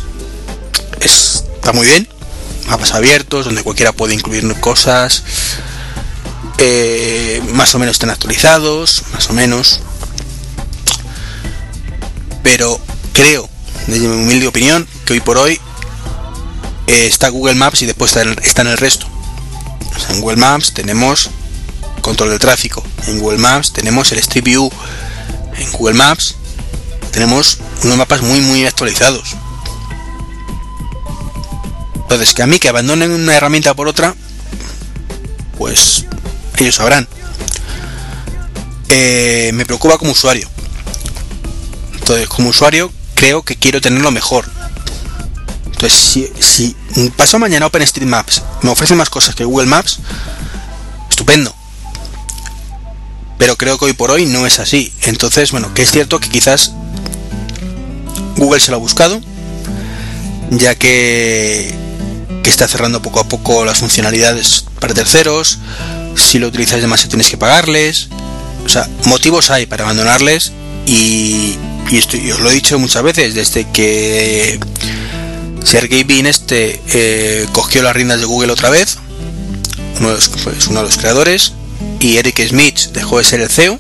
está muy bien, mapas abiertos donde cualquiera puede incluir cosas, eh, más o menos están actualizados, más o menos, pero creo, desde mi humilde opinión, que hoy por hoy eh, está Google Maps y después está, el, está en el resto. O sea, en Google Maps tenemos control del tráfico, en Google Maps tenemos el Street View, en Google Maps tenemos unos mapas muy muy actualizados. Entonces, que a mí que abandonen una herramienta por otra, pues ellos sabrán. Eh, me preocupa como usuario. Entonces, como usuario, creo que quiero tenerlo mejor. Entonces, si, si paso mañana OpenStreetMaps me ofrece más cosas que Google Maps, estupendo. Pero creo que hoy por hoy no es así. Entonces, bueno, que es cierto que quizás Google se lo ha buscado, ya que, que está cerrando poco a poco las funcionalidades para terceros. Si lo utilizáis demasiado tienes que pagarles. O sea, motivos hay para abandonarles. Y, y esto y os lo he dicho muchas veces, desde que Sergey Brin este eh, cogió las riendas de Google otra vez, uno de los, pues, uno de los creadores, y Eric Schmidt dejó de ser el C E O.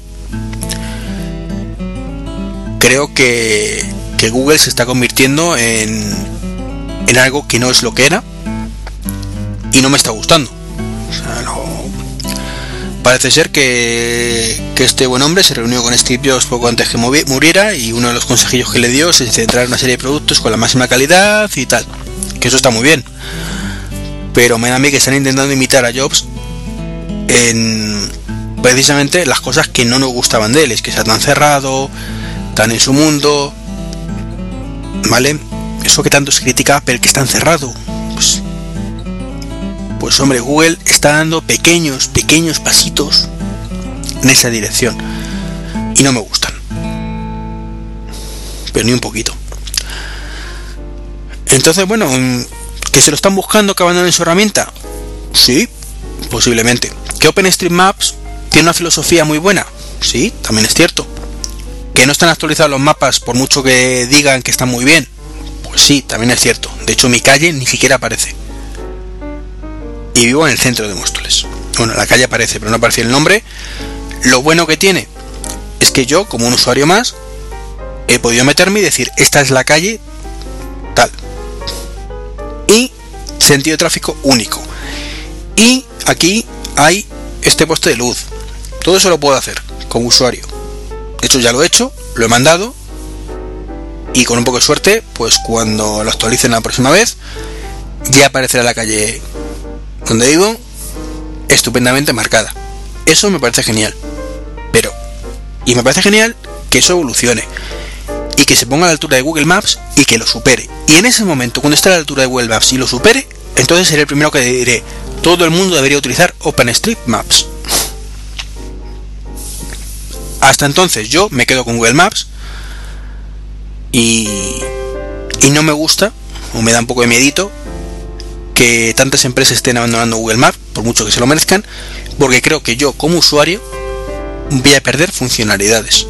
Creo que, que Google se está convirtiendo en, en algo que no es lo que era, y no me está gustando. O sea, no, parece ser que, que este buen hombre se reunió con Steve Jobs poco antes que muriera, y uno de los consejillos que le dio es centrar en una serie de productos con la máxima calidad y tal, que eso está muy bien, pero me da a mí que están intentando imitar a Jobs en precisamente las cosas que no nos gustaban de él, es que sea tan cerrado, tan en su mundo, ¿vale? Eso que tanto se critica Apple, que es tan cerrado, pues, pues hombre, Google está dando pequeños, pequeños pasitos en esa dirección y no me gustan, pero ni un poquito. Entonces, bueno, ¿que se lo están buscando que abandonen su herramienta? Sí, posiblemente. ¿Que OpenStreetMaps tiene una filosofía muy buena? Sí, también es cierto. ¿Que no están actualizados los mapas por mucho que digan que están muy bien? Pues sí, también es cierto. De hecho, mi calle ni siquiera aparece. Y vivo en el centro de Móstoles. Bueno, la calle aparece, pero no aparece el nombre. Lo bueno que tiene es que yo, como un usuario más, he podido meterme y decir, esta es la calle tal. Y sentido de tráfico único. Y aquí hay este poste de luz. Todo eso lo puedo hacer como usuario. De hecho, ya lo he hecho, lo he mandado. Y con un poco de suerte, pues cuando lo actualicen la próxima vez, ya aparecerá la calle donde vivo estupendamente marcada. Eso me parece genial. Pero, y me parece genial que eso evolucione y que se ponga a la altura de Google Maps y que lo supere. Y en ese momento, cuando esté a la altura de Google Maps y lo supere, entonces seré el primero que diré, todo el mundo debería utilizar OpenStreetMaps. Hasta entonces yo me quedo con Google Maps y, y no me gusta, o me da un poco de miedito, que tantas empresas estén abandonando Google Maps, por mucho que se lo merezcan, porque creo que yo como usuario voy a perder funcionalidades.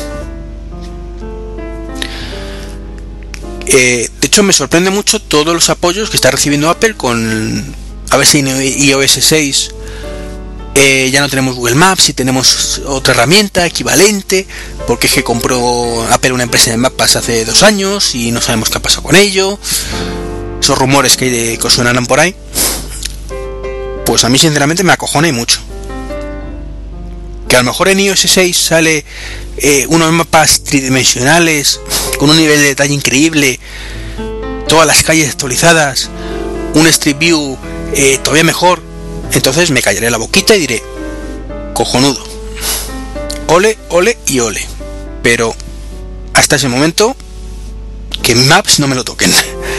Eh, de hecho, me sorprende mucho todos los apoyos que está recibiendo Apple con, a ver si en i O S seis eh, ya no tenemos Google Maps y tenemos otra herramienta equivalente, porque es que compró Apple una empresa de mapas hace dos años y no sabemos qué ha pasado con ello. Esos rumores que, hay de, que sonarán por ahí, pues a mí sinceramente me acojona y mucho. Que a lo mejor en i O S seis sale eh, unos mapas tridimensionales con un nivel de detalle increíble, todas las calles actualizadas, un Street View eh, todavía mejor, entonces me callaré la boquita y diré, cojonudo, ole, ole y ole. Pero hasta ese momento, que Maps no me lo toquen.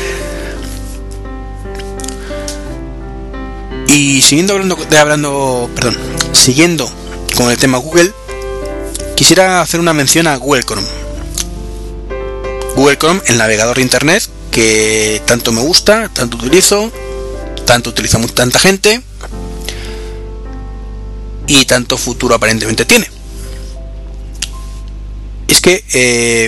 Y siguiendo hablando, de, hablando, perdón, siguiendo con el tema Google, quisiera hacer una mención a Google Chrome. Google Chrome, el navegador de internet que tanto me gusta, tanto utilizo, tanto utiliza tanta gente y tanto futuro aparentemente tiene. Es que eh,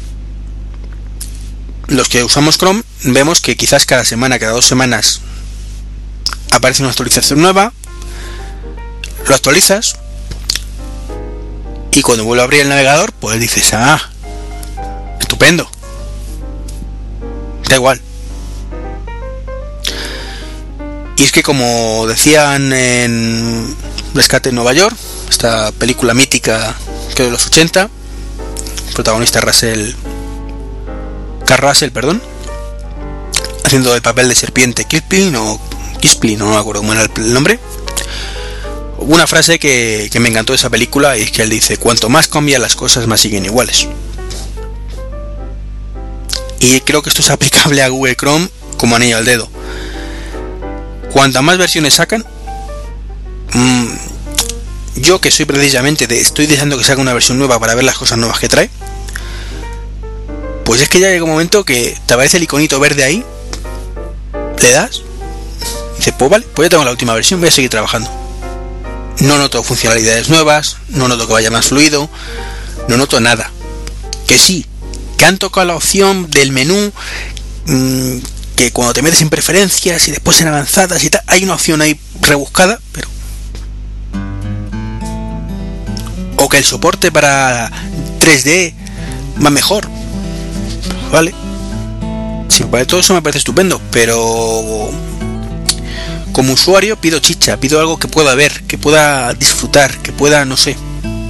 los que usamos Chrome vemos que quizás cada semana, cada dos semanas aparece una actualización nueva. lo actualizas y cuando vuelve a abrir el navegador, pues dices, ah, estupendo, da igual. Y es que, como decían en Rescate en Nueva York, esta película mítica que de los ochenta, protagonista Russell, Carl Russell, perdón, haciendo el papel de serpiente Kipling o Kipling, no me acuerdo cómo era el nombre. Hubo una frase que, que me encantó de esa película, y es que él dice: cuanto más cambian las cosas, más siguen iguales. Y creo que esto es aplicable a Google Chrome como anillo al dedo. Cuantas más versiones sacan, mmm, yo que soy precisamente de, estoy deseando que salga una versión nueva para ver las cosas nuevas que trae, pues es que ya llega un momento que te aparece el iconito verde ahí, le das, y dices, pues vale, pues ya tengo la última versión, voy a seguir trabajando. No noto funcionalidades nuevas, no noto que vaya más fluido, no noto nada. Que sí, que han tocado la opción del menú, mmm, que cuando te metes en preferencias y después en avanzadas y tal, hay una opción ahí rebuscada, pero... o que el soporte para tres D va mejor, vale. Sí, vale, todo eso me parece estupendo, pero como usuario pido chicha, pido algo que pueda ver, que pueda disfrutar, que pueda, no sé.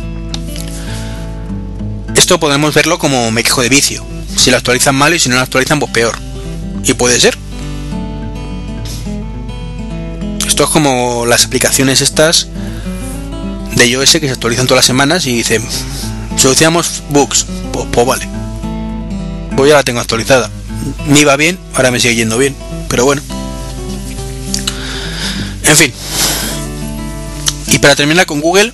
Esto podemos verlo como me quejo de vicio. Si lo actualizan mal y si no lo actualizan, pues peor. Y puede ser. Esto es como las aplicaciones estas de iOS que se actualizan todas las semanas y dicen, solucionamos bugs. Pues, pues vale, pues ya la tengo actualizada. Me iba bien, ahora me sigue yendo bien, pero bueno. En fin. Y para terminar con Google,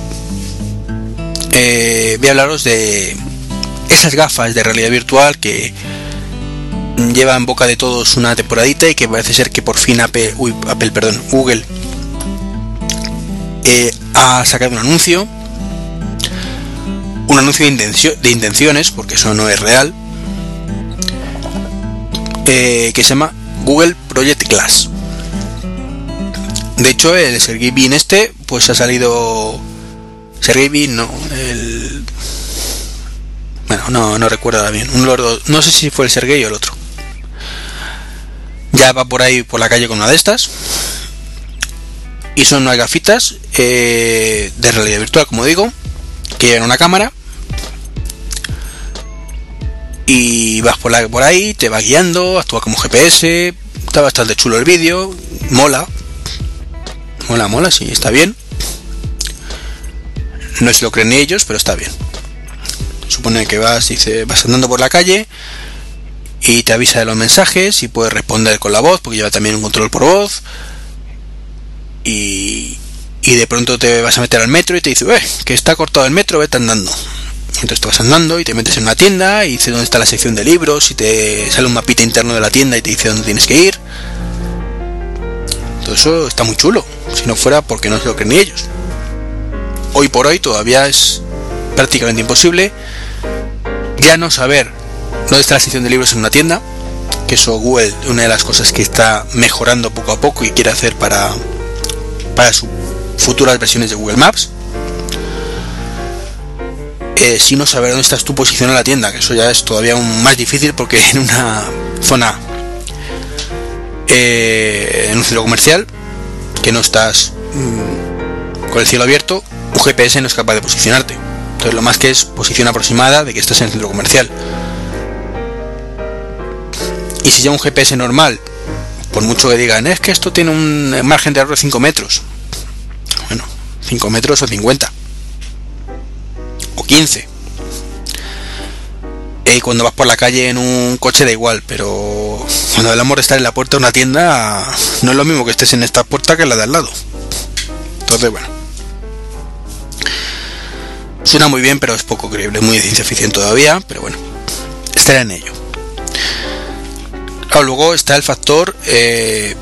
eh, voy a hablaros de esas gafas de realidad virtual que lleva en boca de todos una temporadita y que parece ser que por fin Apple, uy, Apple perdón, Google eh, ha sacado un anuncio, un anuncio de, intencio, de intenciones, porque eso no es real, eh, que se llama Google Project Glass. De hecho, el Sergey Brin este, pues ha salido, Sergey Brin no, el, bueno, no, no recuerdo ahora bien, un lordo, no sé si fue el Sergey o el otro. Ya va por ahí por la calle con una de estas. Y son unas gafitas eh, de realidad virtual, como digo, que llevan una cámara. Y vas por, la, por ahí, te va guiando, actúa como G P S. Está bastante chulo el vídeo. Mola. Mola, mola, sí, está bien. No se lo creen ni ellos, pero está bien. Supone que vas, dice, vas andando por la calle y te avisa de los mensajes y puedes responder con la voz, porque lleva también un control por voz. Y, y de pronto te vas a meter al metro y te dice, eh, que está cortado el metro, vete andando. Entonces te vas andando y te metes en una tienda y dice dónde está la sección de libros y te sale un mapita interno de la tienda y te dice dónde tienes que ir. Todo eso está muy chulo. Si no fuera porque no se lo creen ni ellos. Hoy por hoy todavía es prácticamente imposible ya no saber dónde está la sección de libros en una tienda, que eso Google, una de las cosas que está mejorando poco a poco y quiere hacer para para sus futuras versiones de Google Maps, eh, sino saber dónde estás tú posicionado en la tienda, que eso ya es todavía aún más difícil, porque en una zona eh, en un centro comercial que no estás mmm, con el cielo abierto, un G P S no es capaz de posicionarte. Entonces lo más que es posición aproximada de que estás en el centro comercial. Y si ya un G P S normal, por mucho que digan, es que esto tiene un margen de error de cinco metros. Bueno, cinco metros o cincuenta. O quince. Y cuando vas por la calle en un coche da igual, pero cuando hablamos de estar en la puerta de una tienda, no es lo mismo que estés en esta puerta que en la de al lado. Entonces, bueno. Suena muy bien, pero es poco creíble, muy de ciencia ficción todavía, pero bueno, estará en ello. Claro, luego está el factor eh,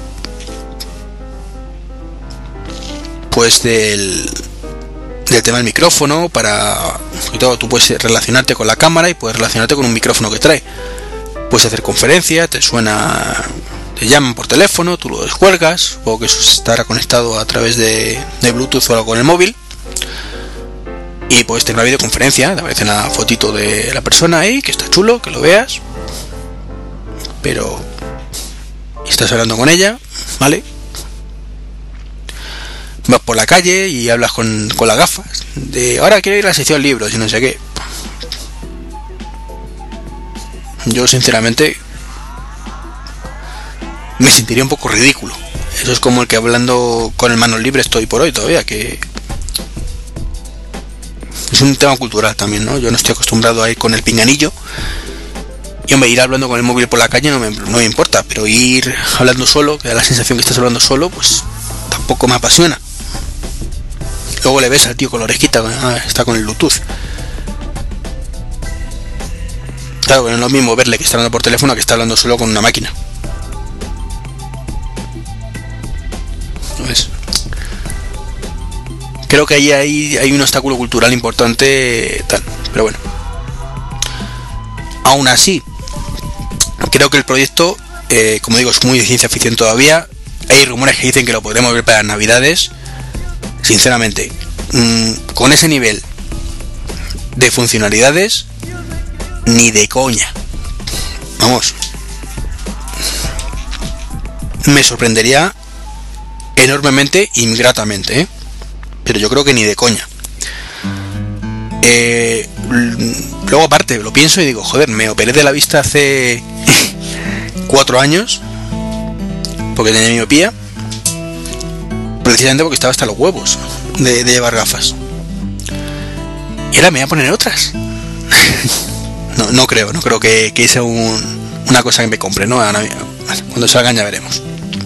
pues del, del tema del micrófono. Para y todo, tú puedes relacionarte con la cámara y puedes relacionarte con un micrófono que trae. Puedes hacer conferencia, te suena te llaman por teléfono, tú lo descuelgas, supongo que eso estará conectado a través de, de Bluetooth o con el móvil, y puedes tener una videoconferencia, te aparece una fotito de la persona ahí, que está chulo, que lo veas, pero estás hablando con ella, ¿vale? Vas por la calle y hablas con, con las gafas, de ahora quiero ir a la sección libros y no sé qué. Yo sinceramente me sentiría un poco ridículo. Eso es como el que hablando con el manos libres estoy por hoy todavía, que es un tema cultural también, ¿no? Yo no estoy acostumbrado a ir con el pinganillo, y hombre, ir hablando con el móvil por la calle no me, no me importa, pero ir hablando solo, que da la sensación que estás hablando solo, pues tampoco me apasiona. Luego le ves al tío con la orejita, ah, está con el Bluetooth. Claro, que no es lo mismo verle que está hablando por teléfono que está hablando solo con una máquina. ¿No ves? Creo que ahí hay, hay un obstáculo cultural importante, tal, pero bueno. Aún así, creo que el proyecto, eh, como digo, es muy de ciencia ficción todavía. Hay rumores que dicen que lo podremos ver para las navidades. Sinceramente, mmm, con ese nivel de funcionalidades, ni de coña. Vamos, me sorprendería enormemente y gratamente, ¿eh? Pero yo creo que ni de coña. Eh, luego aparte lo pienso y digo, joder, me operé de la vista hace cuatro años porque tenía miopía, precisamente porque estaba hasta los huevos de, de llevar gafas, y ahora me voy a poner otras. no, no creo, no creo que, que sea un, una cosa que me compre, ¿no? Ahora, cuando salgan ya veremos.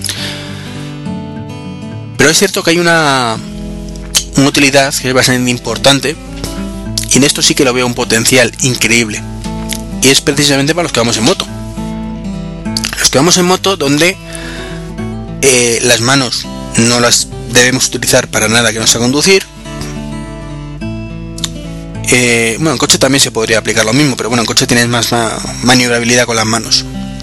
Pero es cierto que hay una, una utilidad que es bastante importante, y en esto sí que lo veo un potencial increíble, y es precisamente para los que vamos en moto. Los que vamos en moto, donde eh, las manos no las debemos utilizar para nada que no sea conducir. Eh, bueno, en coche también se podría aplicar lo mismo, pero bueno, en coche tienes más ma- maniobrabilidad con las manos.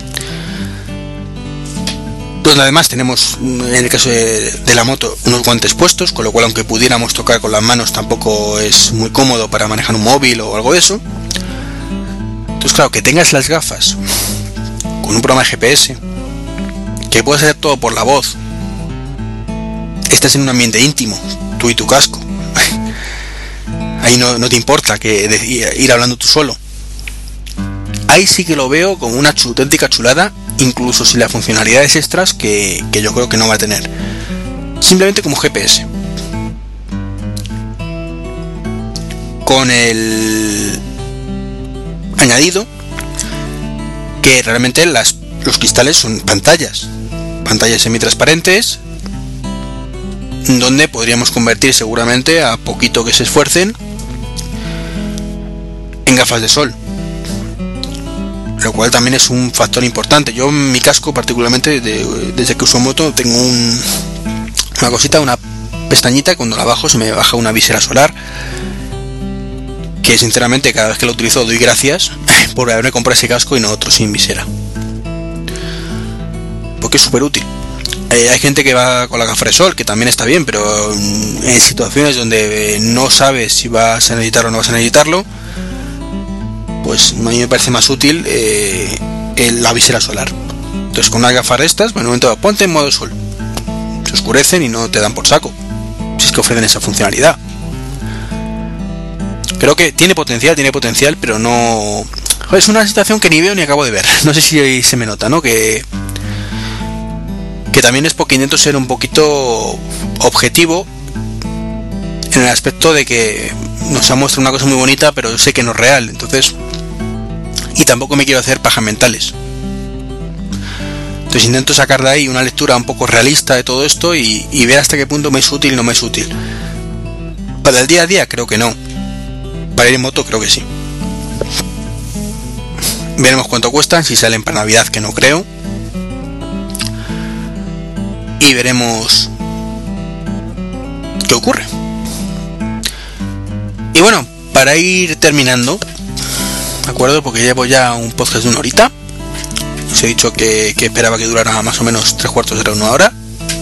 Donde además tenemos, en el caso de, de la moto, unos guantes puestos, con lo cual aunque pudiéramos tocar con las manos tampoco es muy cómodo para manejar un móvil o algo de eso. Entonces claro, que tengas las gafas con un programa de G P S, que puedes hacer todo por la voz, estás en un ambiente íntimo, tú y tu casco, ahí no, no te importa que de, ir hablando tú solo. Ahí sí que lo veo como una auténtica chulada, incluso sin las funcionalidades extras que, que yo creo que no va a tener, simplemente como G P S, con el añadido que realmente las, los cristales son pantallas pantallas semitransparentes, donde podríamos convertir seguramente, a poquito que se esfuercen, en gafas de sol, lo cual también es un factor importante. Yo en mi casco particularmente, de, desde que uso moto, tengo un, una cosita, una pestañita, y cuando la bajo se me baja una visera solar, que sinceramente cada vez que lo utilizo doy gracias por haberme comprado ese casco y no otro sin visera, porque es súper útil. Eh, hay gente que va con la gafa de sol, que también está bien, pero en situaciones donde no sabes si vas a necesitarlo o no vas a necesitarlo, pues a mí me parece más útil eh, la visera solar. Entonces con unas gafas de estas, bueno, momento, ponte en modo sol, se oscurecen y no te dan por saco, si es que ofrecen esa funcionalidad. Creo que tiene potencial, tiene potencial, pero no... Es una situación que ni veo ni acabo de ver. No sé si se me nota, ¿no? Que... que también es porque intento ser un poquito objetivo en el aspecto de que nos ha mostrado una cosa muy bonita, pero yo sé que no es real, entonces, y tampoco me quiero hacer pajas mentales. Entonces intento sacar de ahí una lectura un poco realista de todo esto y, y ver hasta qué punto me es útil y no me es útil. Para el día a día creo que no, para ir en moto creo que sí. Veremos cuánto cuestan, si salen para Navidad, que no creo, y veremos qué ocurre. Y bueno, para ir terminando, ¿de acuerdo? Porque llevo ya un podcast de una horita, os he dicho que, que esperaba que durara más o menos tres cuartos de hora, una hora.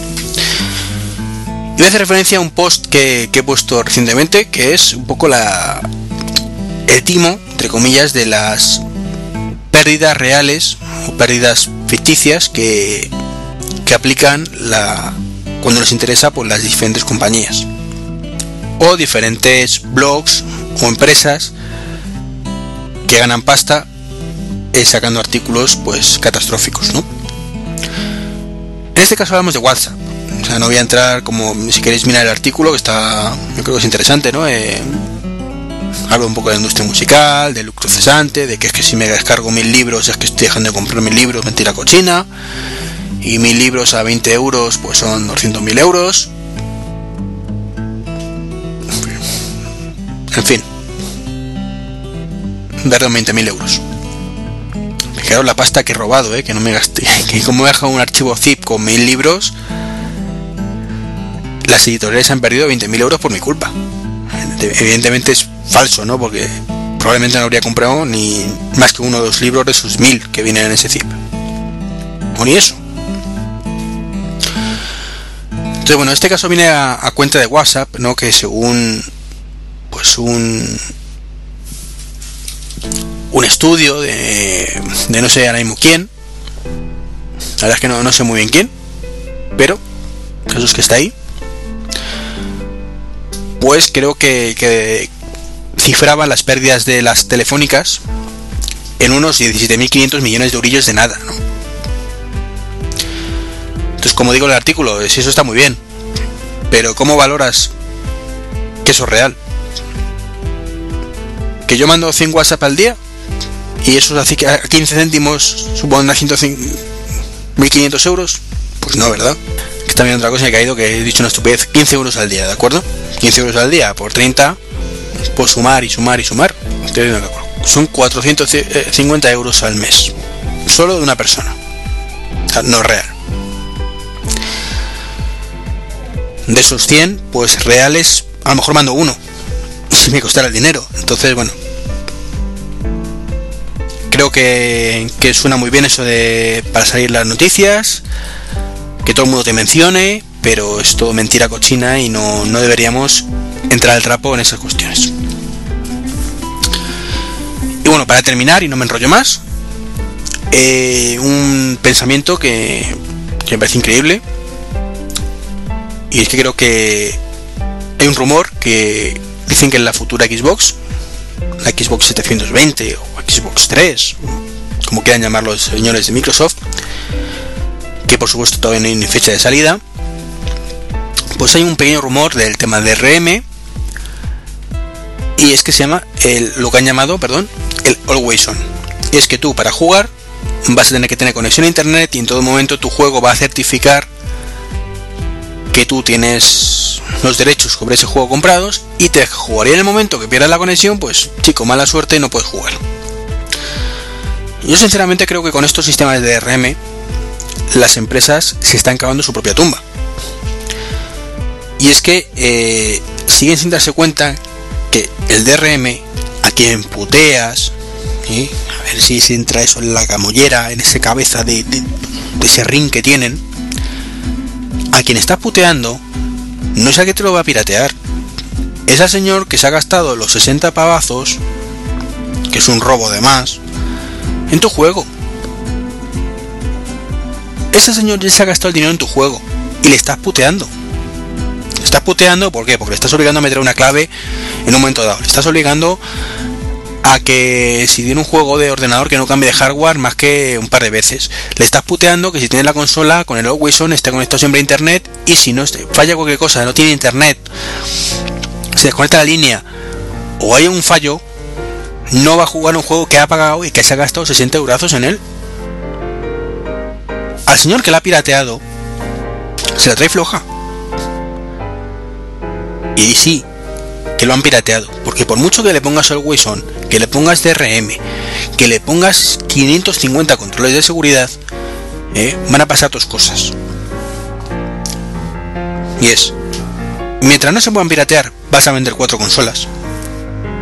Y voy a hacer referencia a un post que, que he puesto recientemente, que es un poco la el timo, entre comillas, de las pérdidas reales o pérdidas ficticias que, que aplican la, cuando les interesa, pues, las diferentes compañías o diferentes blogs o empresas que ganan pasta eh, sacando artículos pues catastróficos, ¿no? En este caso hablamos de WhatsApp. O sea, no voy a entrar, como si queréis mirar el artículo, que está, yo creo que es interesante, ¿no? Eh, hablo un poco de la industria musical, del lucro cesante, de que es que si me descargo mil libros es que estoy dejando de comprar mil libros, mentira cochina, y mil libros a veinte euros pues son doscientos mil euros. En fin, perdón, veinte mil euros. Fijaros la pasta que he robado, ¿eh? Que no me gasté, que como he dejado un archivo zip con mil libros, las editoriales han perdido veinte mil euros por mi culpa. Evidentemente es falso, ¿no? Porque probablemente no habría comprado ni más que uno o dos libros de esos mil que vienen en ese zip, o ni eso. Entonces, bueno, este caso viene a, a cuenta de WhatsApp, ¿no? Que según pues un un estudio de, de no sé ahora mismo quién, la verdad es que no, no sé muy bien quién, pero el caso es que está ahí, pues creo que, que cifraba las pérdidas de las telefónicas en unos diecisiete mil quinientos millones de eurillos de nada, ¿no? Entonces, como digo en el artículo, si eso está muy bien, pero ¿cómo valoras que eso es real? ¿Que yo mando cien WhatsApp al día y eso hace que a quince céntimos suponen a mil quinientos euros? Pues no, ¿verdad? Que también otra cosa que he caído, que he dicho una estupidez, quince euros al día, ¿de acuerdo? quince euros al día por treinta, pues sumar y sumar y sumar, son cuatrocientos cincuenta euros al mes, solo de una persona. O sea, no es real. De esos cien, pues reales, a lo mejor mando uno, y si me costara el dinero. Entonces, bueno, creo que, que suena muy bien eso de para salir las noticias, que todo el mundo te mencione, pero es todo mentira cochina y no, no deberíamos entrar al trapo en esas cuestiones. Y bueno, para terminar, y no me enrollo más, eh, un pensamiento que, que me parece increíble, y es que creo que hay un rumor que dicen que en la futura Xbox, la Xbox setecientos veinte o Xbox tres, como quieran llamarlo los señores de Microsoft, que por supuesto todavía no hay ni fecha de salida, pues hay un pequeño rumor del tema de R M, y es que se llama el, lo que han llamado, perdón, el Always On. Y es que tú, para jugar, vas a tener que tener conexión a internet y en todo momento tu juego va a certificar que tú tienes los derechos sobre ese juego comprados y te deja jugar. Y en el momento que pierdas la conexión, pues chico, mala suerte, no puedes jugar. Yo sinceramente creo que con estos sistemas de D R M las empresas se están cavando su propia tumba. Y es que eh, siguen sin darse cuenta que el D R M, a quien puteas, ¿sí? A ver si se entra eso en la camollera, en esa cabeza de, de, de ese ring que tienen, a quien estás puteando no es a que te lo va a piratear, es al señor que se ha gastado los sesenta pavazos, que es un robo de más, en tu juego. Ese señor ya se ha gastado el dinero en tu juego y le estás puteando. Le estás puteando, ¿por qué? Porque le estás obligando a meter una clave en un momento dado. Le estás obligando a que si tiene un juego de ordenador que no cambie de hardware más que un par de veces. Le estás puteando que si tiene la consola con el Always On esté conectado siempre a internet, y si no falla cualquier cosa, no tiene internet, se desconecta la línea o hay un fallo, no va a jugar un juego que ha pagado y que se ha gastado sesenta eurazos en él. Al señor que la ha pirateado se la trae floja. Y sí, que lo han pirateado, porque por mucho que le pongas Always On, que le pongas D R M, que le pongas quinientos cincuenta controles de seguridad, eh, van a pasar dos cosas. Y es, mientras no se puedan piratear, vas a vender cuatro consolas.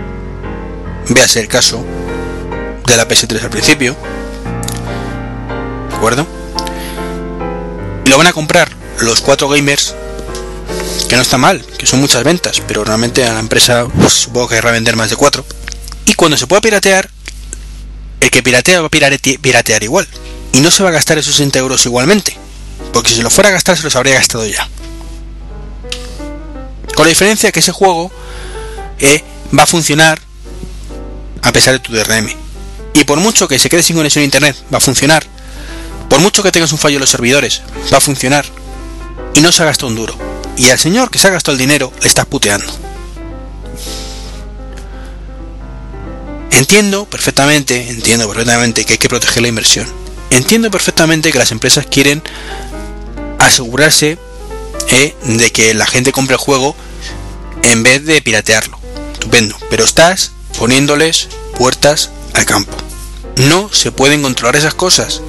Véase el caso de la P S tres al principio. acuerdo? Y lo van a comprar los cuatro gamers, que no está mal, que son muchas ventas, pero realmente a la empresa pues, supongo que querrá vender más de cuatro. Y cuando se pueda piratear, el que piratea va a pirate- piratear igual, y no se va a gastar esos sesenta euros igualmente, porque si se lo fuera a gastar se los habría gastado ya. Con la diferencia que ese juego eh, va a funcionar a pesar de tu D R M, y por mucho que se quede sin conexión a internet va a funcionar, por mucho que tengas un fallo en los servidores va a funcionar, y no se ha gastado un duro, y al señor que se ha gastado el dinero le estás puteando. Entiendo perfectamente, entiendo perfectamente que hay que proteger la inversión. Entiendo perfectamente que las empresas quieren asegurarse eh, de que la gente compre el juego en vez de piratearlo. Estupendo, pero estás poniéndoles puertas al campo. No se pueden controlar esas cosas.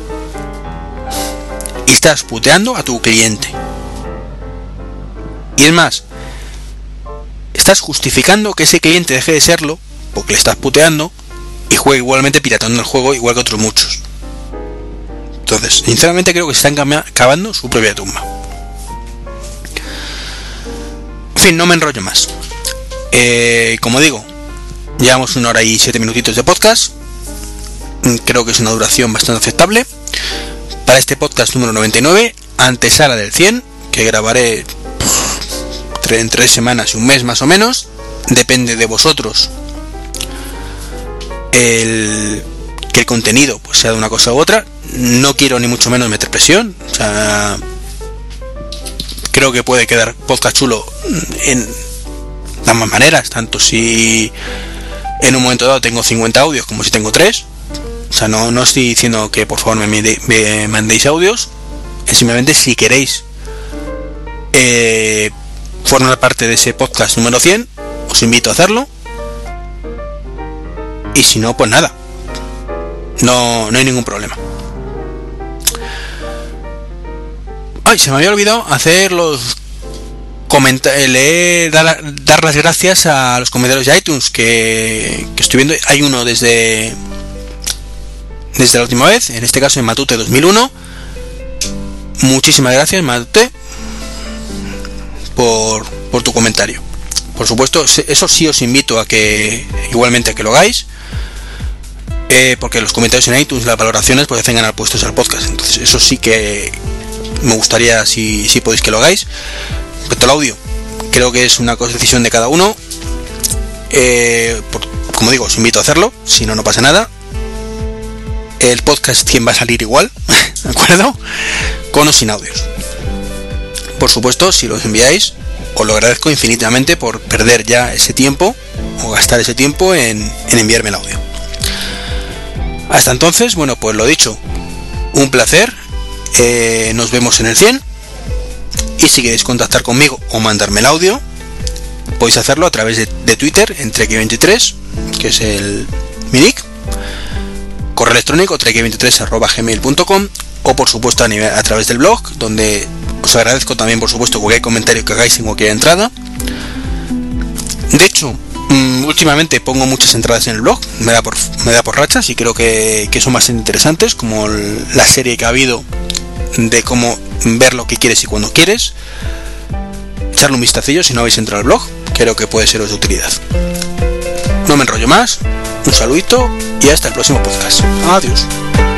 Y estás puteando a tu cliente. Y es más, estás justificando que ese cliente deje de serlo porque le estás puteando y juegue igualmente pirateando el juego igual que otros muchos. Entonces, sinceramente creo que se están cavando su propia tumba. En fin, no me enrollo más. Eh, como digo, llevamos una hora y siete minutitos de podcast. Creo que es una duración bastante aceptable para este podcast número noventa y nueve, antesala del cien, que grabaré en tres semanas y un mes más o menos. Depende de vosotros el que el contenido pues sea de una cosa u otra. No quiero ni mucho menos meter presión, o sea, creo que puede quedar podcast chulo en ambas maneras, tanto si en un momento dado tengo cincuenta audios como si tengo tres. O sea, no, no estoy diciendo que por favor me, me, me mandéis audios, es simplemente si queréis eh, formar parte de ese podcast número cien, os invito a hacerlo. Y si no, pues nada, no, no hay ningún problema. Ay, se me había olvidado hacer los comentarios, leer, dar, dar las gracias a los comentarios de iTunes que, que estoy viendo. Hay uno desde desde la última vez, en este caso en Matute dos mil uno. Muchísimas gracias, Matute, por, por tu comentario. Por supuesto, eso sí os invito a que igualmente a que lo hagáis, eh, porque los comentarios en iTunes, las valoraciones pues hacen ganar puestos al podcast. Entonces eso sí que me gustaría si, si podéis que lo hagáis. Respecto al audio, creo que es una decisión de cada uno. Eh, por, como digo, os invito a hacerlo, si no, no pasa nada. El podcast cien va a salir igual, ¿de acuerdo? Con o sin audios. Por supuesto, si los enviáis, os lo agradezco infinitamente por perder ya ese tiempo o gastar ese tiempo en, en enviarme el audio. Hasta entonces, bueno, pues lo dicho, un placer. Eh, nos vemos en el cien. Y si queréis contactar conmigo o mandarme el audio, podéis hacerlo a través de, de Twitter en trek veintitrés, que es el mi nick, correo electrónico trek veintitrés arroba gmail punto com, o por supuesto a, nivel, a través del blog, donde os agradezco también por supuesto cualquier comentario que hagáis en cualquier entrada. De hecho, mmm, últimamente pongo muchas entradas en el blog, me da por, me da por rachas, y creo que, que son bastante interesantes, como el, la serie que ha habido de cómo ver lo que quieres y cuando quieres. Echarle un vistacillo si no habéis entrado al blog, creo que puede seros de utilidad. No me enrollo más, un saludito y hasta el próximo podcast. Adiós.